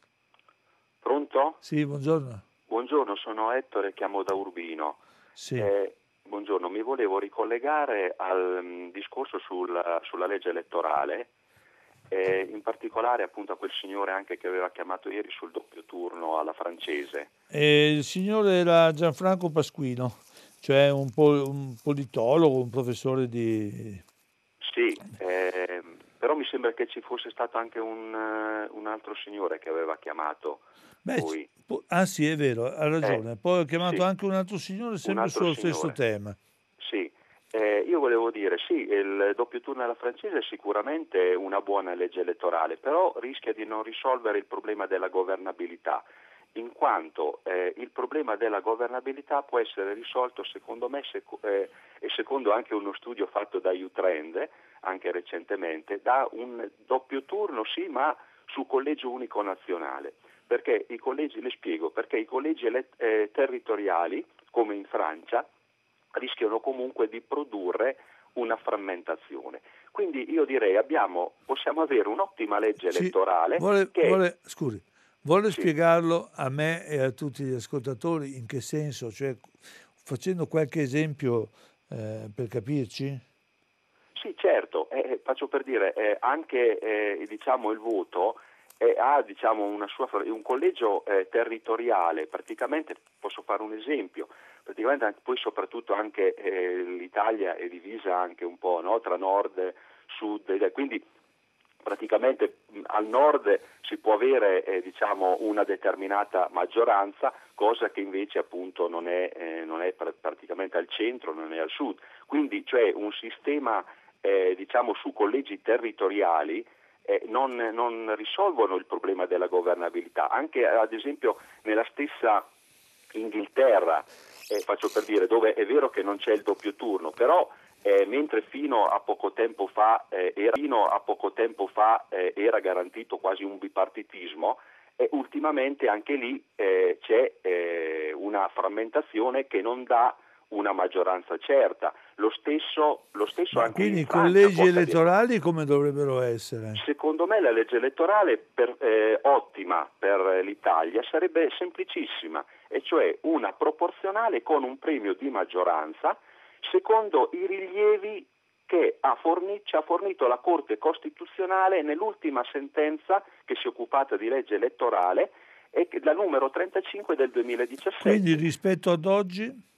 Pronto? Sì, buongiorno. Buongiorno, sono Ettore, chiamo da Urbino. Sì. Eh, buongiorno, mi volevo ricollegare al um, discorso sul, sulla legge elettorale, eh, in particolare appunto a quel signore anche che aveva chiamato ieri sul doppio turno alla francese. E il signore era Gianfranco Pasquino, cioè un, po- un politologo, un professore di... Sì, eh, però mi sembra che ci fosse stato anche un, uh, un altro signore che aveva chiamato. Beh, poi. po- ah sì, è vero, ha ragione. Eh, Poi ho chiamato sì. anche un altro signore sempre Un altro sullo signore. stesso tema. Sì, eh, io volevo dire, sì, il doppio turno alla francese è sicuramente una buona legge elettorale, però rischia di non risolvere il problema della governabilità, in quanto eh, il problema della governabilità può essere risolto, secondo me, sec- eh, e secondo anche uno studio fatto da U-Trend, anche recentemente, da un doppio turno, sì, ma su collegio unico nazionale. Perché i collegi, le spiego, perché i collegi ele- eh, territoriali, come in Francia, rischiano comunque di produrre una frammentazione. Quindi io direi abbiamo, possiamo avere un'ottima legge Sì, elettorale vuole, che... vuole, scusi, vuole Sì. spiegarlo a me e a tutti gli ascoltatori in che senso? Cioè, facendo qualche esempio eh, per capirci? Sì, certo, eh, faccio per dire, eh, anche eh, diciamo, il voto eh, ha diciamo, una sua, un collegio eh, territoriale, praticamente posso fare un esempio, praticamente anche, poi soprattutto anche eh, l'Italia è divisa anche un po', no? Tra nord, sud, quindi praticamente mh, al nord si può avere eh, diciamo, una determinata maggioranza, cosa che invece appunto non è, eh, non è pr- praticamente al centro, non è al sud, quindi cioè un sistema Eh, diciamo su collegi territoriali eh, non, non risolvono il problema della governabilità. Anche ad esempio nella stessa Inghilterra, eh, faccio per dire, dove è vero che non c'è il doppio turno, però eh, mentre fino a poco tempo fa, eh, era, fino a poco tempo fa eh, era garantito quasi un bipartitismo, e ultimamente anche lì eh, c'è eh, una frammentazione che non dà una maggioranza certa. Lo stesso, lo stesso Ma anche quindi in i Francia collegi può accadere. elettorali come dovrebbero essere? Secondo me la legge elettorale per, eh, ottima per l'Italia sarebbe semplicissima, e cioè una proporzionale con un premio di maggioranza secondo i rilievi che ha forni- ci ha fornito la Corte Costituzionale nell'ultima sentenza che si è occupata di legge elettorale, e che- la numero trentacinque del duemiladiciassette. Quindi rispetto ad oggi?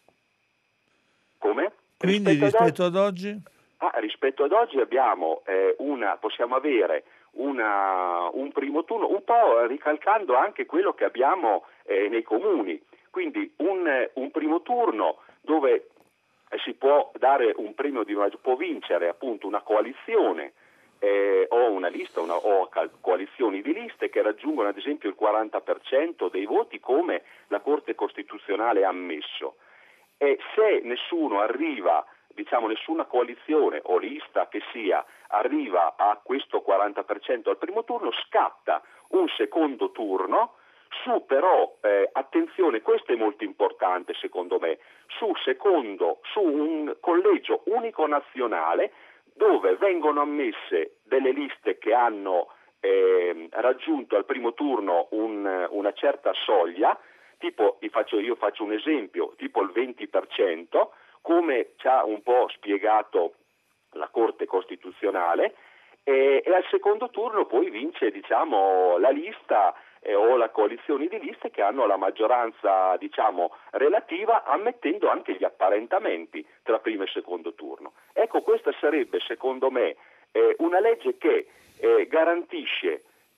Come? Quindi Rispetto ad rispetto oggi, ad oggi? ah, rispetto ad oggi abbiamo eh, una, possiamo avere una, un primo turno, un po' ricalcando anche quello che abbiamo eh, nei comuni, quindi un, un primo turno dove eh, si può dare un premio di maggioranza, può vincere appunto una coalizione eh, o una lista una, o cal- coalizioni di liste che raggiungono ad esempio il quaranta per cento dei voti, come la Corte Costituzionale ha ammesso. E se nessuno arriva, diciamo nessuna coalizione o lista che sia, arriva a questo quaranta per cento al primo turno, scatta un secondo turno su però, eh, attenzione, questo è molto importante secondo me, su secondo, su un collegio unico nazionale dove vengono ammesse delle liste che hanno eh, raggiunto al primo turno un, una certa soglia. Tipo, io faccio, io faccio un esempio, tipo il venti per cento, come ci ha un po' spiegato la Corte Costituzionale, e, e al secondo turno poi vince diciamo, la lista eh, o la coalizione di liste che hanno la maggioranza diciamo, relativa, ammettendo anche gli apparentamenti tra primo e secondo turno. Ecco, questa sarebbe secondo me eh, una legge che eh, garantisce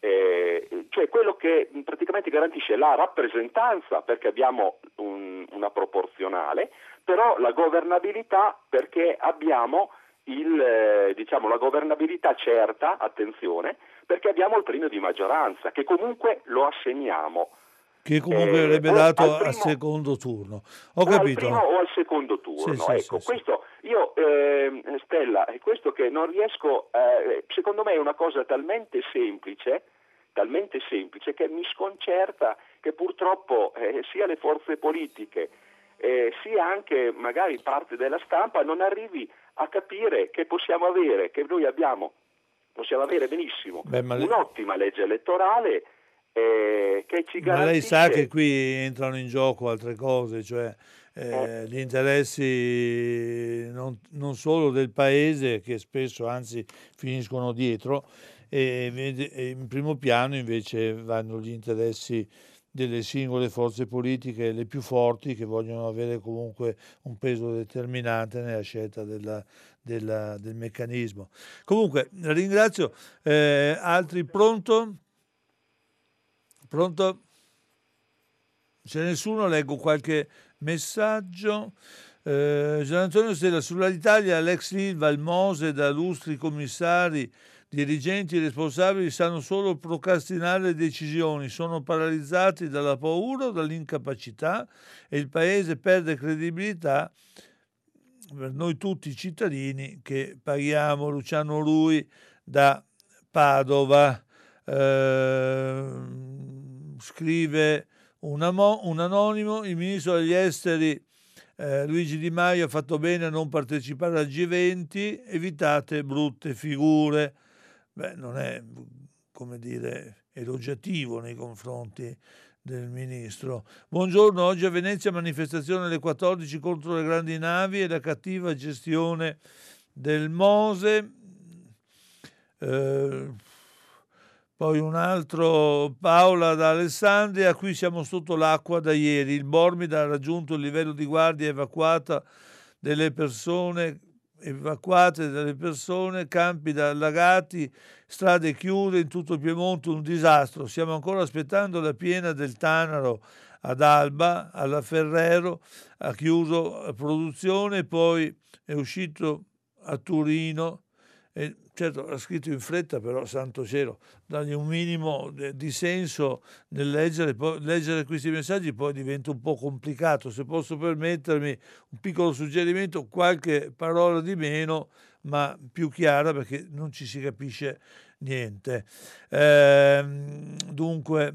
eh, cioè quello che praticamente garantisce la rappresentanza, perché abbiamo un, una proporzionale, però la governabilità perché abbiamo il, eh, diciamo, la governabilità certa, attenzione, perché abbiamo il premio di maggioranza, che comunque lo assegniamo. Che comunque eh, verrebbe o dato al al primo, secondo turno. Ho o al capito. primo o al secondo turno. Sì, sì, ecco, sì, questo io, eh, Stella, è questo che non riesco, eh, secondo me è una cosa talmente semplice, talmente semplice che mi sconcerta che purtroppo eh, sia le forze politiche eh, sia anche magari parte della stampa non arrivi a capire che possiamo avere, che noi abbiamo, possiamo avere benissimo Beh, ma le- un'ottima legge elettorale eh, che ci Ma lei sa che garantisce. qui entrano in gioco altre cose, cioè eh, gli interessi non, non solo del paese, che spesso anzi finiscono dietro, e, vede- e in primo piano invece vanno gli interessi delle singole forze politiche, le più forti, che vogliono avere comunque un peso determinante nella scelta della- della- del meccanismo. Comunque, ringrazio. Eh, altri pronto? Pronto? C'è nessuno? Leggo qualche messaggio. Eh, Gian Antonio Stella, sull'Italia, l'ex Ilva, il Mose, da lustri commissari, dirigenti responsabili sanno solo procrastinare le decisioni, sono paralizzati dalla paura o dall'incapacità e il paese perde credibilità per noi tutti i cittadini che paghiamo. Luciano Rui da Padova. Eh, scrive un, amo- un anonimo: il ministro degli esteri eh, Luigi Di Maio ha fatto bene a non partecipare al G venti, evitate brutte figure. Beh, non è, come dire, elogiativo nei confronti del ministro. Buongiorno, oggi a Venezia manifestazione alle quattordici contro le grandi navi e la cattiva gestione del Mose. Eh, poi un altro, Paola da Alessandria: qui siamo sotto l'acqua da ieri, il Bormida ha raggiunto il livello di guardia evacuata delle persone, evacuate delle persone, campi da allagati, strade chiuse in tutto il Piemonte, un disastro. Stiamo ancora aspettando la piena del Tanaro ad Alba, alla Ferrero, ha chiuso la produzione, poi è uscito a Turino. E certo, l'ha scritto in fretta, però santo cielo, dargli un minimo di senso nel leggere, poi, leggere questi messaggi poi diventa un po' complicato. Se posso permettermi un piccolo suggerimento, qualche parola di meno, ma più chiara, perché non ci si capisce niente. Ehm, dunque,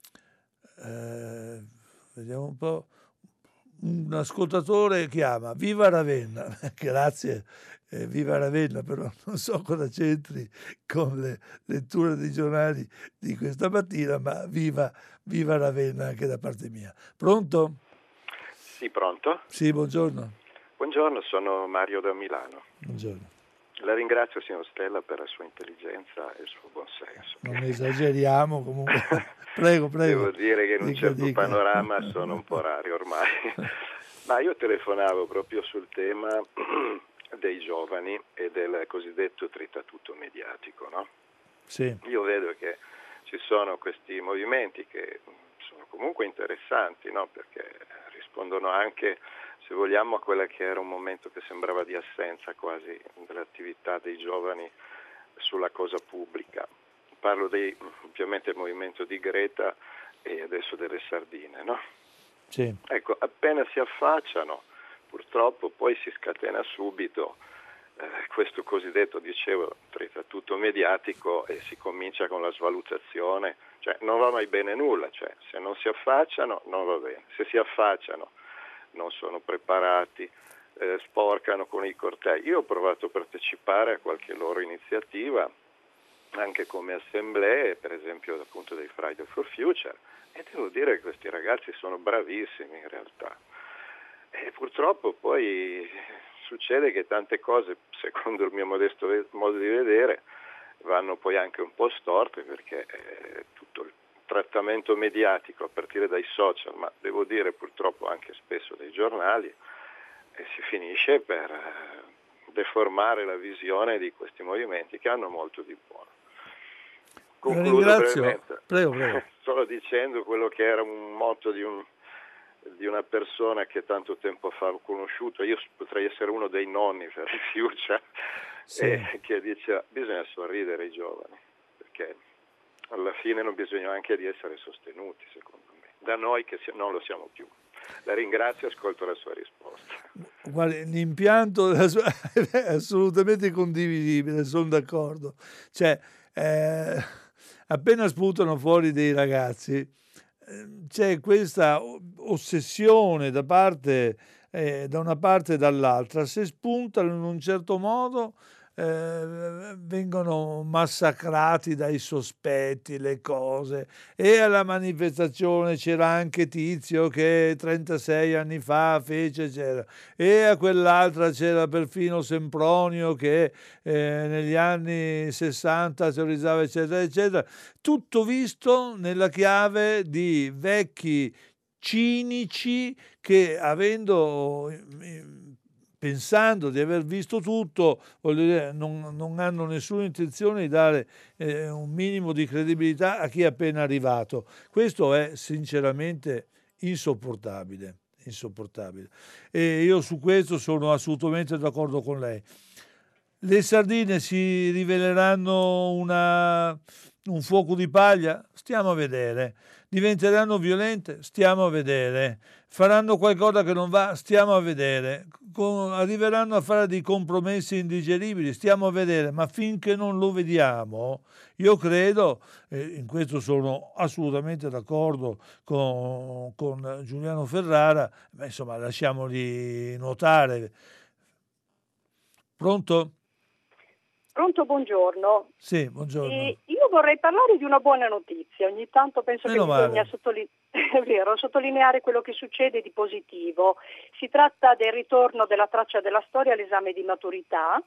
eh, vediamo un po'. Un ascoltatore chiama: Viva Ravenna. Grazie, eh, viva Ravenna, però non so cosa c'entri con le letture dei giornali di questa mattina, ma viva, viva Ravenna anche da parte mia. Pronto? Sì, pronto? Sì, buongiorno. Buongiorno, sono Mario da Milano. Buongiorno. La ringrazio, signor Stella, per la sua intelligenza e il suo buonsenso. Non esageriamo, comunque. Prego, prego. Devo dire che in un Dica, certo dica. panorama sono un po' rari ormai. Ma io telefonavo proprio sul tema dei giovani e del cosiddetto trittatutto mediatico, no? Sì. Io vedo che ci sono questi movimenti che sono comunque interessanti, no? Perché rispondono anche, se vogliamo, a quella che era un momento che sembrava di assenza quasi dell'attività dei giovani sulla cosa pubblica. Parlo dei, ovviamente, del movimento di Greta e adesso delle sardine, no? Sì. Ecco, appena si affacciano, purtroppo poi si scatena subito eh, questo cosiddetto, dicevo, trittatutto mediatico, e si comincia con la svalutazione, cioè non va mai bene nulla, cioè se non si affacciano non va bene, se si affacciano non sono preparati, eh, sporcano con i cortei. Io ho provato a partecipare a qualche loro iniziativa, anche come assemblee, per esempio appunto dei Friday for Future, e devo dire che questi ragazzi sono bravissimi in realtà. E purtroppo poi succede che tante cose, secondo il mio modesto modo di vedere, vanno poi anche un po' storte, perché eh, tutto il trattamento mediatico a partire dai social, ma devo dire purtroppo anche spesso dai giornali, e si finisce per eh, deformare la visione di questi movimenti che hanno molto di buono. Concludo ringrazio. brevemente. Prego, prego. Solo dicendo quello che era un motto di, un, di una persona che tanto tempo fa ho conosciuto, io potrei essere uno dei nonni per Fiuccia, Sì. eh, che diceva bisogna sorridere ai giovani, perché alla fine non bisogna anche di essere sostenuti, secondo me, da noi che non lo siamo più. La ringrazio e ascolto la sua risposta. Guardi, l'impianto della sua è assolutamente condivisibile, sono d'accordo. Cioè, eh, appena spuntano fuori dei ragazzi, eh, c'è questa o- ossessione da parte, eh, da una parte e dall'altra. Se spuntano in un certo modo, eh, vengono massacrati dai sospetti, le cose. E alla manifestazione c'era anche Tizio che trentasei anni fa fece, eccetera. E a quell'altra c'era perfino Sempronio che eh, negli anni sessanta teorizzava, eccetera, eccetera. Tutto visto nella chiave di vecchi cinici che, avendo eh, pensando di aver visto tutto, voglio dire, non, non hanno nessuna intenzione di dare eh, un minimo di credibilità a chi è appena arrivato. Questo è sinceramente insopportabile, insopportabile. E io su questo sono assolutamente d'accordo con lei. Le sardine si riveleranno una, un fuoco di paglia? Stiamo a vedere. Diventeranno violente? Stiamo a vedere. Faranno qualcosa che non va? Stiamo a vedere. Con- arriveranno a fare dei compromessi indigeribili? Stiamo a vedere. Ma finché non lo vediamo, io credo, e in questo sono assolutamente d'accordo con, con Giuliano Ferrara, ma insomma lasciamoli nuotare. Pronto? Pronto, buongiorno. Sì, buongiorno. E io vorrei parlare di una buona notizia. Ogni tanto penso Meno che bisogna male. sottoline- è vero, sottolineare quello che succede di positivo. Si tratta del ritorno della traccia della storia all'esame di maturità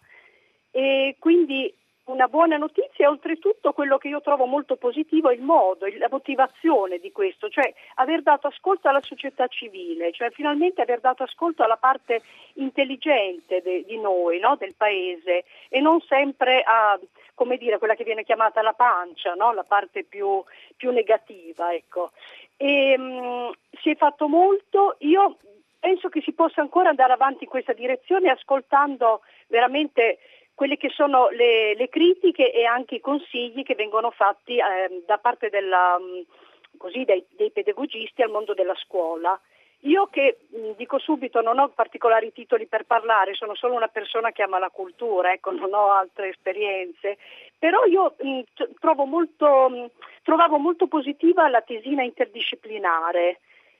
e quindi una buona notizia e oltretutto quello che io trovo molto positivo è il modo, il- la motivazione di questo, cioè aver dato ascolto alla società civile, cioè finalmente aver dato ascolto alla parte intelligente de- di noi, no? Del paese e non sempre a, come dire, quella che viene chiamata la pancia, no? La parte più, più negativa, ecco. E, mh, si è fatto molto, io penso che si possa ancora andare avanti in questa direzione ascoltando veramente quelle che sono le, le critiche e anche i consigli che vengono fatti eh, da parte della, mh, così, dei, dei pedagogisti al mondo della scuola. Io che mh, dico subito non ho particolari titoli per parlare, sono solo una persona che ama la cultura, ecco, non ho altre esperienze, però io mh, t- trovo molto, mh, trovavo molto positiva la tesina interdisciplinare.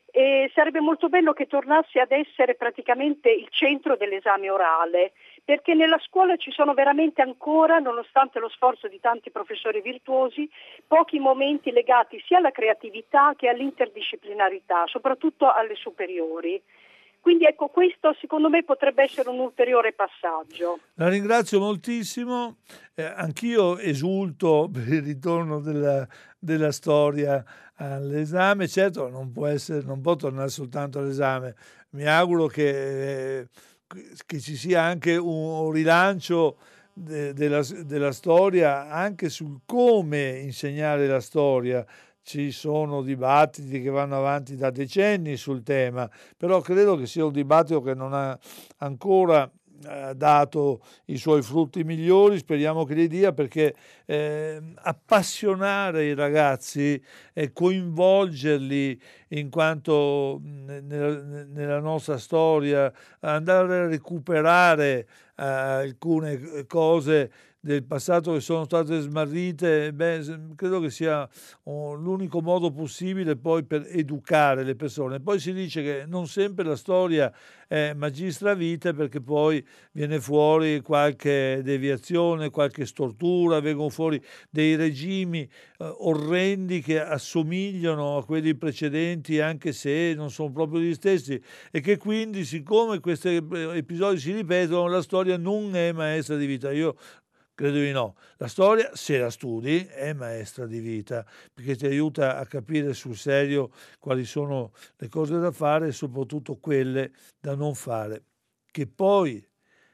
E sarebbe molto bello che tornasse ad essere praticamente il centro dell'esame orale, perché nella scuola ci sono veramente ancora, nonostante lo sforzo di tanti professori virtuosi, pochi momenti legati sia alla creatività che all'interdisciplinarità, soprattutto alle superiori. Quindi ecco, questo secondo me potrebbe essere un ulteriore passaggio. La ringrazio moltissimo, eh, anch'io esulto per il ritorno della, della storia all'esame. Certo, non può essere, non può tornare soltanto all'esame. Mi auguro che, eh, che ci sia anche un rilancio de- della, della storia anche sul come insegnare la storia. Ci sono dibattiti che vanno avanti da decenni sul tema, però credo che sia un dibattito che non ha ancora eh, dato i suoi frutti migliori. Speriamo che li dia, perché eh, appassionare i ragazzi e coinvolgerli in quanto mh, nella, nella nostra storia, andare a recuperare eh, alcune cose del passato che sono state smarrite, beh, credo che sia oh, l'unico modo possibile poi per educare le persone. Poi si dice che non sempre la storia è magistra vitae, perché poi viene fuori qualche deviazione, qualche stortura, vengono fuori dei regimi eh, orrendi che assomigliano a quelli precedenti, anche se non sono proprio gli stessi, e che quindi, siccome questi episodi si ripetono, la storia non è maestra di vita. Io credo di no. La storia, se la studi, è maestra di vita, perché ti aiuta a capire sul serio quali sono le cose da fare e soprattutto quelle da non fare, che poi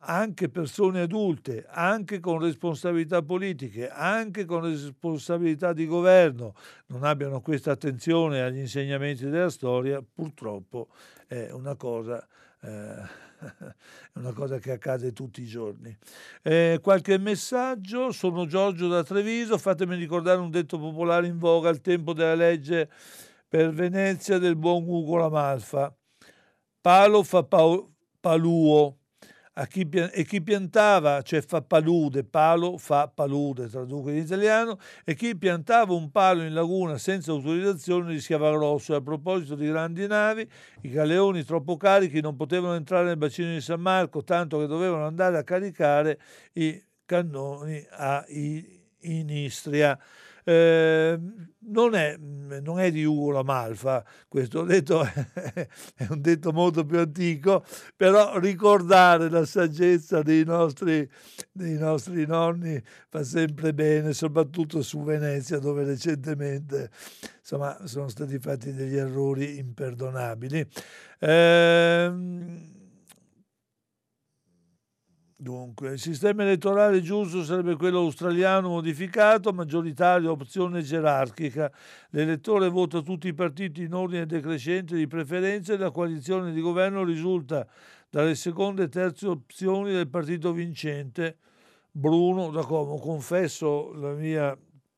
anche persone adulte, anche con responsabilità politiche, anche con responsabilità di governo, non abbiano questa attenzione agli insegnamenti della storia, purtroppo è una cosa, eh, è una cosa che accade tutti i giorni. Eh, qualche messaggio, sono Giorgio da Treviso, fatemi ricordare un detto popolare in voga al tempo della legge per Venezia del buon Ugo La Malfa: palo fa pau- paluo. A chi, e chi piantava, cioè fa palude, palo fa palude, traduco in italiano, e chi piantava un palo in laguna senza autorizzazione rischiava grosso. E a proposito di grandi navi, i galeoni troppo carichi non potevano entrare nel bacino di San Marco, tanto che dovevano andare a caricare i cannoni a I- in Istria. Eh, non, è, non è di Ugo La Malfa, questo detto è, è un detto molto più antico, però ricordare la saggezza dei nostri, dei nostri nonni fa sempre bene, soprattutto su Venezia, dove recentemente insomma sono stati fatti degli errori imperdonabili. Ehm, Dunque, il sistema elettorale giusto sarebbe quello australiano modificato, maggioritario, opzione gerarchica. L'elettore vota tutti i partiti in ordine decrescente di preferenza e la coalizione di governo risulta dalle seconde e terze opzioni del partito vincente. Bruno da Como, confesso la mia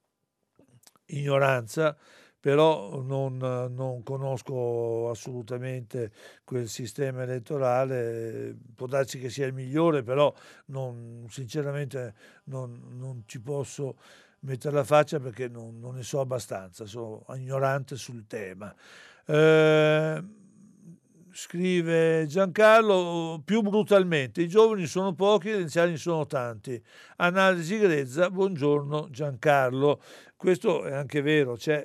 ignoranza, però non, non conosco assolutamente quel sistema elettorale. Può darsi che sia il migliore, però non, sinceramente non, non ci posso mettere la faccia perché non, non ne so abbastanza, sono ignorante sul tema. Eh, Scrive Giancarlo, più brutalmente, i giovani sono pochi, gli anziani sono tanti. Analisi grezza, buongiorno Giancarlo. Questo è anche vero, cioè,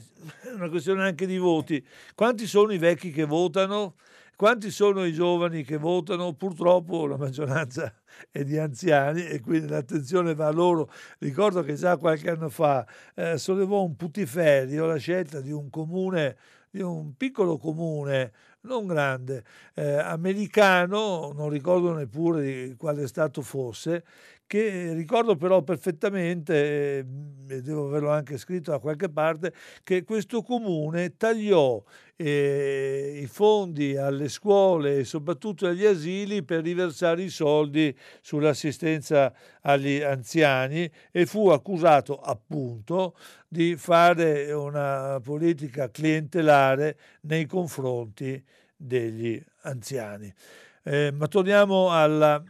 è una questione anche di voti. Quanti sono i vecchi che votano? Quanti sono i giovani che votano? Purtroppo la maggioranza è di anziani e quindi l'attenzione va a loro. Ricordo che già qualche anno fa eh, sollevò un putiferio la scelta di un comune, di un piccolo comune, non grande, eh, americano, non ricordo neppure di quale stato fosse, che ricordo però perfettamente, e devo averlo anche scritto da qualche parte, che questo comune tagliò eh, i fondi alle scuole e soprattutto agli asili per riversare i soldi sull'assistenza agli anziani e fu accusato appunto di fare una politica clientelare nei confronti degli anziani. Eh, ma torniamo alla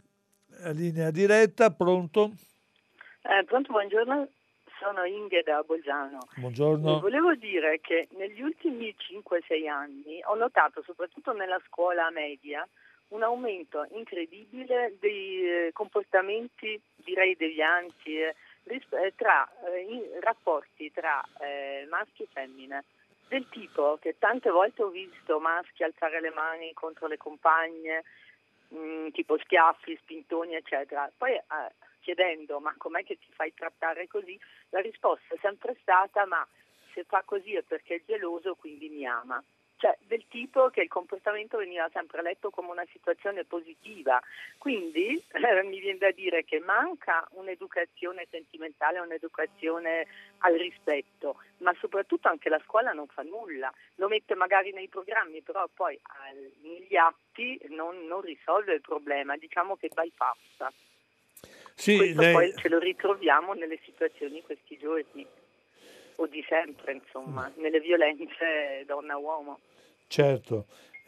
linea diretta, pronto? Eh, pronto, buongiorno, sono Inge da Bolzano. Buongiorno. Eh, volevo dire che negli ultimi cinque sei anni ho notato, soprattutto nella scuola media, un aumento incredibile dei eh, comportamenti, direi devianti, eh, ris- tra eh, in, rapporti tra eh, maschi e femmine. Del tipo che tante volte ho visto maschi alzare le mani contro le compagne, mh, tipo schiaffi, spintoni, eccetera. Poi eh, chiedendo ma com'è che ti fai trattare così, la risposta è sempre stata ma se fa così è perché è geloso, quindi mi ama. Cioè del tipo che il comportamento veniva sempre letto come una situazione positiva. Quindi eh, mi viene da dire che manca un'educazione sentimentale, un'educazione al rispetto, ma soprattutto anche la scuola non fa nulla. Lo mette magari nei programmi, però poi al, negli atti non, non risolve il problema, diciamo che bypassa. Sì, Questo lei... poi ce lo ritroviamo nelle situazioni questi giorni, o di sempre, insomma, nelle violenze donna-uomo. Certo,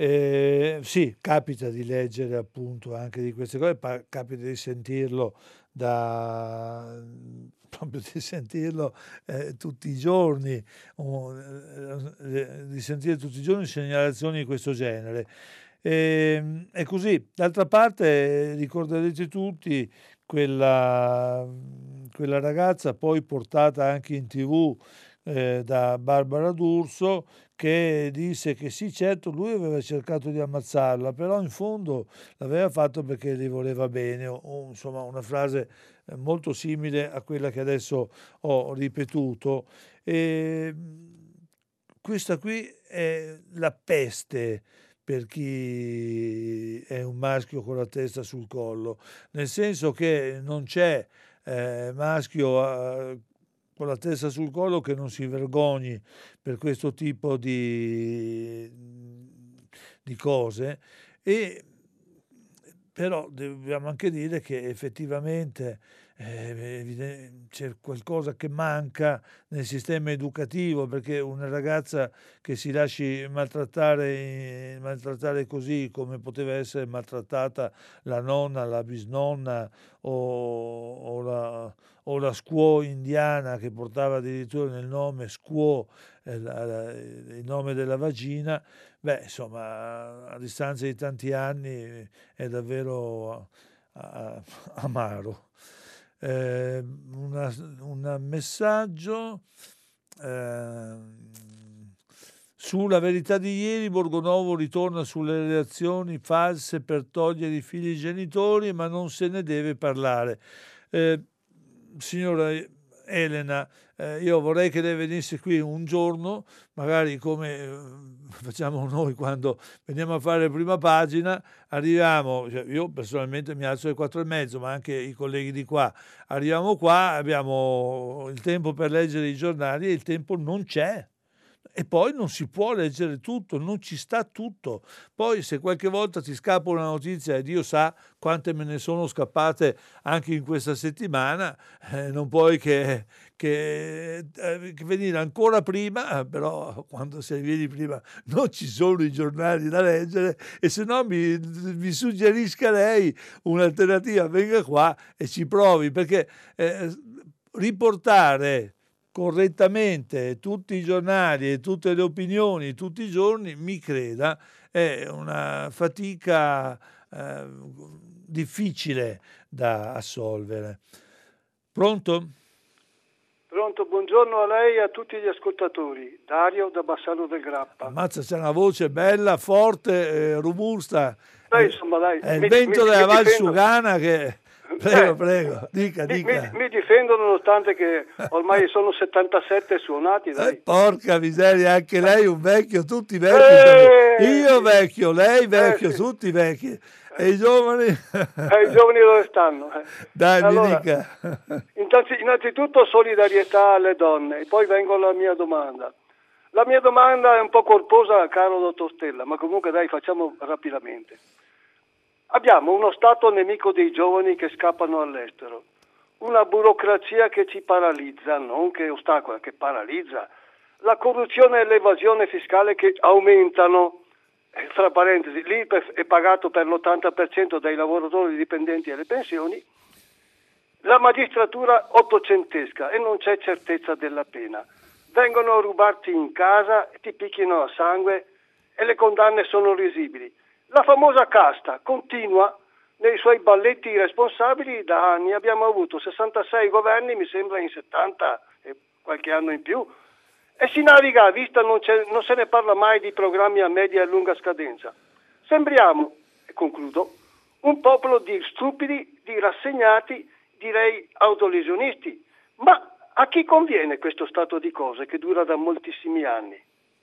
eh, sì, capita di leggere appunto anche di queste cose, pa- capita di sentirlo da proprio di sentirlo eh, tutti i giorni, o, eh, di sentire tutti i giorni segnalazioni di questo genere. E, è così. D'altra parte ricorderete tutti quella, quella ragazza poi portata anche in tivù eh, da Barbara D'Urso, che disse che sì, certo, lui aveva cercato di ammazzarla, però in fondo l'aveva fatto perché gli voleva bene, o, o insomma una frase eh, molto simile a quella che adesso ho ripetuto. E questa qui è la peste per chi è un maschio con la testa sul collo, nel senso che non c'è eh, maschio eh, con la testa sul collo che non si vergogni per questo tipo di, di cose, e però dobbiamo anche dire che effettivamente eh, c'è qualcosa che manca nel sistema educativo, perché una ragazza che si lasci maltrattare, maltrattare così come poteva essere maltrattata la nonna, la bisnonna o, o la, o la squaw indiana, che portava addirittura nel nome squaw eh, la, la, il nome della vagina, beh, insomma, a distanza di tanti anni è davvero uh, amaro. Eh, un messaggio eh, sulla Verità di ieri. Borgonovo ritorna sulle reazioni false per togliere i figli ai genitori, ma non se ne deve parlare. Eh, signora Elena, eh, io vorrei che lei venisse qui un giorno, magari come eh, facciamo noi quando veniamo a fare prima pagina, arriviamo, cioè io personalmente mi alzo alle quattro e mezzo, ma anche i colleghi di qua, arriviamo qua, abbiamo il tempo per leggere i giornali e il tempo non c'è. E poi non si può leggere tutto, non ci sta tutto. Poi se qualche volta ti scappa una notizia, e Dio sa quante me ne sono scappate anche in questa settimana, eh, non puoi che, che, eh, che venire ancora prima, però quando se vieni prima non ci sono i giornali da leggere, e se no mi, mi suggerisca lei un'alternativa, venga qua e ci provi, perché eh, riportare correttamente tutti i giornali e tutte le opinioni tutti i giorni, mi creda, è una fatica eh, difficile da assolvere. Pronto? Pronto, buongiorno a lei e a tutti gli ascoltatori. Dario da Bassano del Grappa. Ammazza, c'è una voce bella, forte, eh, robusta. Dai, insomma, dai. È il mi, vento mi, della mi Valsugana che... Prego, eh, prego, dica, mi, dica. Mi, mi difendo nonostante che ormai sono settantasette suonati, dai. Eh, porca miseria, anche lei un vecchio, tutti vecchi. Eh, Io vecchio, lei vecchio, eh, sì. tutti vecchi. E i giovani? Eh, i giovani dove stanno? Eh. Dai, allora, mi dica. Innanzitutto solidarietà alle donne, e poi vengo alla mia domanda. La mia domanda è un po' corposa, caro dottor Stella, ma comunque dai, facciamo rapidamente. Abbiamo uno Stato nemico dei giovani che scappano all'estero, una burocrazia che ci paralizza, non che ostacola, che paralizza, la corruzione e l'evasione fiscale che aumentano, fra parentesi, l'I R P E F è pagato per l'ottanta per cento dai lavoratori dipendenti e le pensioni, la magistratura ottocentesca e non c'è certezza della pena, vengono a rubarti in casa, ti picchiano a sangue e le condanne sono risibili. La famosa casta continua nei suoi balletti irresponsabili da anni. Abbiamo avuto sessantasei governi, mi sembra in settanta e qualche anno in più, e si naviga a vista, non, c'è, non se ne parla mai di programmi a media e lunga scadenza. Sembriamo, e concludo, un popolo di stupidi, di rassegnati, direi autolesionisti. Ma a chi conviene questo stato di cose che dura da moltissimi anni?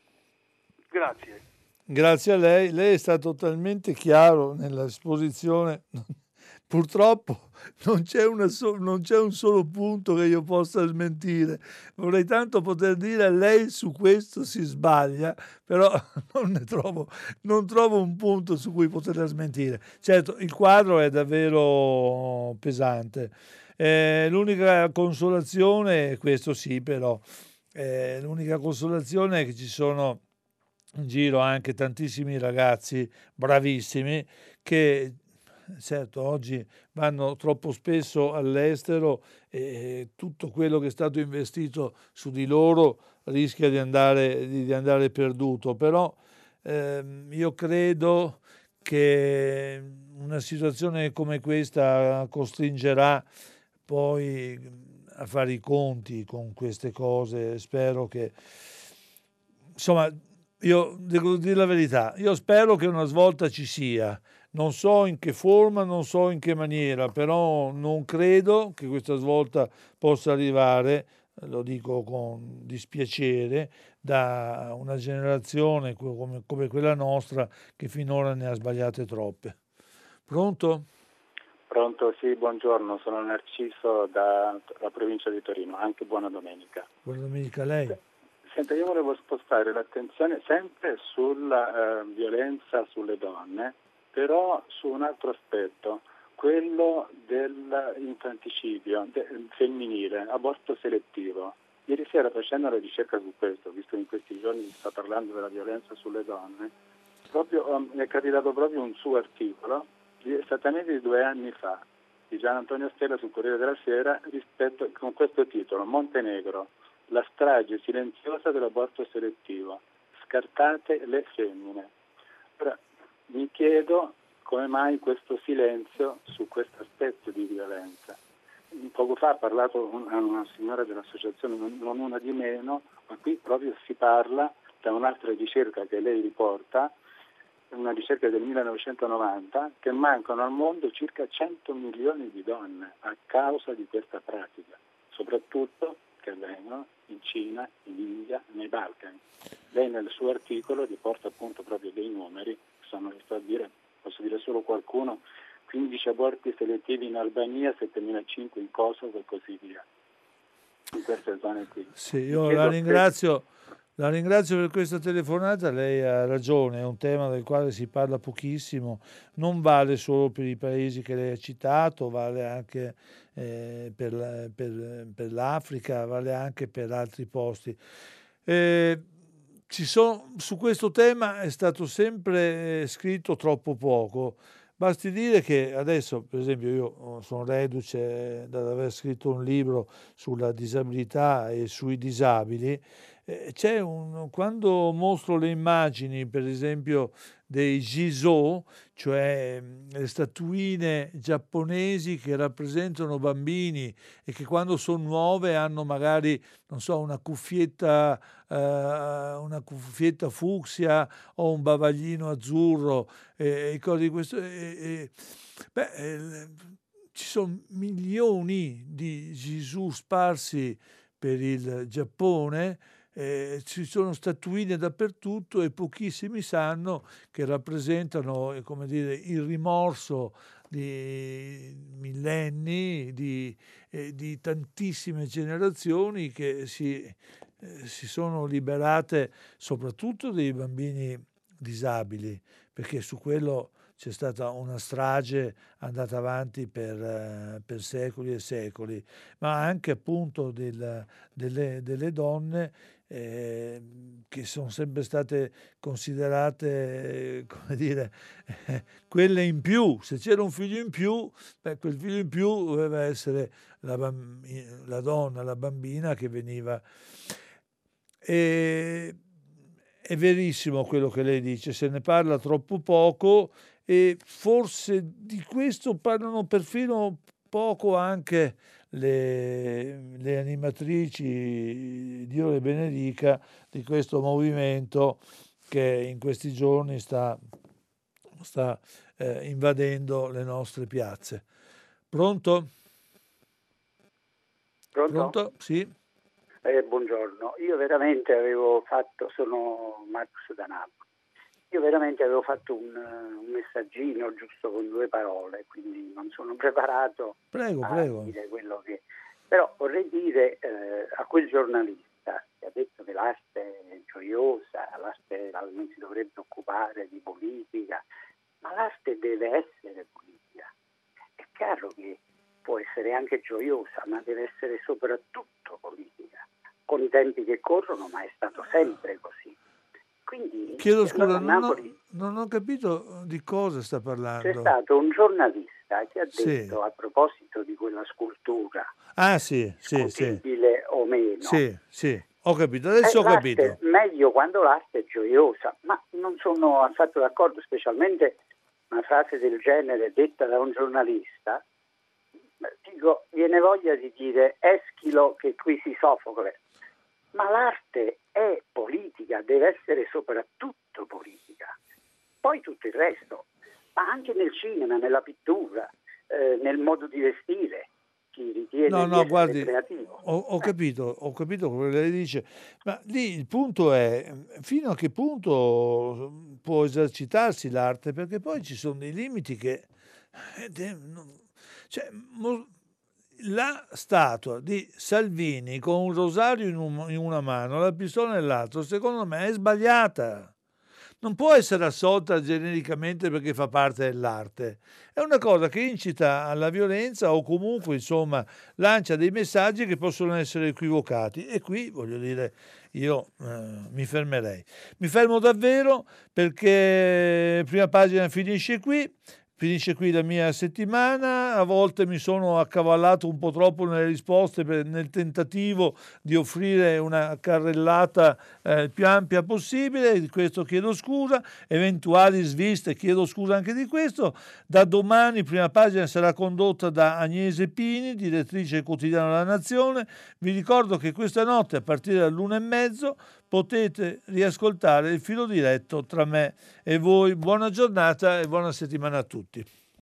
Grazie. Grazie a lei, lei è stato talmente chiaro nell'esposizione, purtroppo non c'è, una so- non c'è un solo punto che io possa smentire. Vorrei tanto poter dire lei su questo si sbaglia, però non ne trovo, non trovo un punto su cui poterla smentire. Certo, il quadro è davvero pesante. Eh, l'unica consolazione, questo sì però, eh, l'unica consolazione è che ci sono in giro anche tantissimi ragazzi bravissimi che certo oggi vanno troppo spesso all'estero e tutto quello che è stato investito su di loro rischia di andare, di andare perduto, però ehm, io credo che una situazione come questa costringerà poi a fare i conti con queste cose. Spero che, insomma, io devo dire la verità, io spero che una svolta ci sia, non so in che forma, non so in che maniera, però non credo che questa svolta possa arrivare lo dico con dispiacere, da una generazione come, come quella nostra che finora ne ha sbagliate troppe. Pronto? Pronto, sì, buongiorno, sono Narciso dalla provincia di Torino, anche buona domenica. Buona domenica a lei. Senta, io volevo spostare l'attenzione sempre sulla eh, violenza sulle donne, però su un altro aspetto, quello dell'infanticidio de- femminile, aborto selettivo. Ieri sera, facendo una ricerca su questo, visto che in questi giorni si sta parlando della violenza sulle donne, proprio, um, mi è capitato proprio un suo articolo, di, esattamente di due anni fa, di Gian Antonio Stella sul Corriere della Sera, rispetto, con questo titolo, Montenegro, la strage silenziosa dell'aborto selettivo, scartate le femmine. Ora, mi chiedo come mai questo silenzio su questo aspetto di violenza. Poco fa ha parlato una, una signora dell'associazione, non, non una di meno, ma qui proprio si parla da un'altra ricerca che lei riporta, una ricerca del millenovecentonovanta, che mancano al mondo circa cento milioni di donne a causa di questa pratica, soprattutto che avvengono in Cina, in India, nei Balcani. Lei nel suo articolo riporta appunto proprio dei numeri, sono sto a dire, posso dire solo qualcuno, quindici aborti selettivi in Albania, settemilacinque in Kosovo e così via, in queste zone qui. Sì, io la ringrazio, la ringrazio per questa telefonata, lei ha ragione, è un tema del quale si parla pochissimo, non vale solo per i paesi che lei ha citato, vale anche eh, per, la, per, per l'Africa, vale anche per altri posti. Eh, ci sono, su questo tema è stato sempre scritto troppo poco. Basti dire che adesso, per esempio, io sono reduce dall'aver scritto un libro sulla disabilità e sui disabili. Eh, c'è un, quando mostro le immagini, per esempio, dei Jisoo, cioè le statuine giapponesi che rappresentano bambini e che quando sono nuove hanno magari, non so, una cuffietta, eh, una cuffietta fucsia o un bavaglino azzurro e, e cose di questo. E, e, beh, eh, ci sono milioni di Gesù sparsi per il Giappone. Eh, ci sono statuine dappertutto e pochissimi sanno che rappresentano, eh, come dire, il rimorso di millenni, di, eh, di tantissime generazioni che si, eh, si sono liberate soprattutto dei bambini disabili, perché su quello c'è stata una strage andata avanti per, eh, per secoli e secoli, ma anche appunto del, delle, delle donne eh, che sono sempre state considerate, eh, come dire, eh, quelle in più. Se c'era un figlio in più, beh, quel figlio in più doveva essere la, bamb- la donna, la bambina che veniva. E, è verissimo quello che lei dice, se ne parla troppo poco e forse di questo parlano perfino poco anche le, le animatrici, Dio le benedica, di questo movimento che in questi giorni sta, sta eh, invadendo le nostre piazze. Pronto? Pronto? Pronto? Sì. Eh, buongiorno, io veramente avevo fatto, sono Max da Napoli, io veramente avevo fatto un, un messaggino giusto con due parole, quindi non sono preparato prego, a prego. dire quello che... Però vorrei dire eh, a quel giornalista che ha detto che l'arte è gioiosa, l'arte non si dovrebbe occupare di politica, ma l'arte deve essere politica. È chiaro che può essere anche gioiosa, ma deve essere soprattutto politica. Con i tempi che corrono, ma è stato sempre così. Quindi, chiedo scusa, allora, non, Napoli, ho, non ho capito di cosa sta parlando. c'è stato un giornalista che ha detto, sì. a proposito di quella scultura, ah sì, sì, sì. o meno, sì, sì, ho capito, adesso eh, ho capito. Meglio quando l'arte è gioiosa, ma non sono affatto d'accordo, specialmente una frase del genere detta da un giornalista. Dico, viene voglia di dire Eschilo che qui si Sofocle, ma l'arte è politica, deve essere soprattutto politica, poi tutto il resto, ma anche nel cinema, nella pittura, eh, nel modo di vestire. si richiede No, di no, essere guardi, creativo. ho, ho Eh, capito, ho capito quello che lei dice, ma lì il punto è fino a che punto può esercitarsi l'arte, perché poi ci sono dei limiti che... eh, de- non- cioè, mo- la statua di Salvini con un rosario in, un- in una mano, la pistola nell'altro, secondo me è sbagliata. Non può essere assolta genericamente perché fa parte dell'arte. È una cosa che incita alla violenza o comunque, insomma, lancia dei messaggi che possono essere equivocati. E qui, voglio dire, io eh, mi fermerei. Mi fermo davvero perché prima pagina finisce qui. Finisce qui la mia settimana, a volte mi sono accavallato un po' troppo nelle risposte per- nel tentativo di offrire una carrellata eh, il più ampia possibile, di questo chiedo scusa, eventuali sviste chiedo scusa anche di questo. Da domani prima pagina sarà condotta da Agnese Pini, direttrice del quotidiano La Nazione. Vi ricordo che questa notte a partire dall'una e mezzo potete riascoltare il filo diretto tra me e voi. Buona giornata e buona settimana a tutti.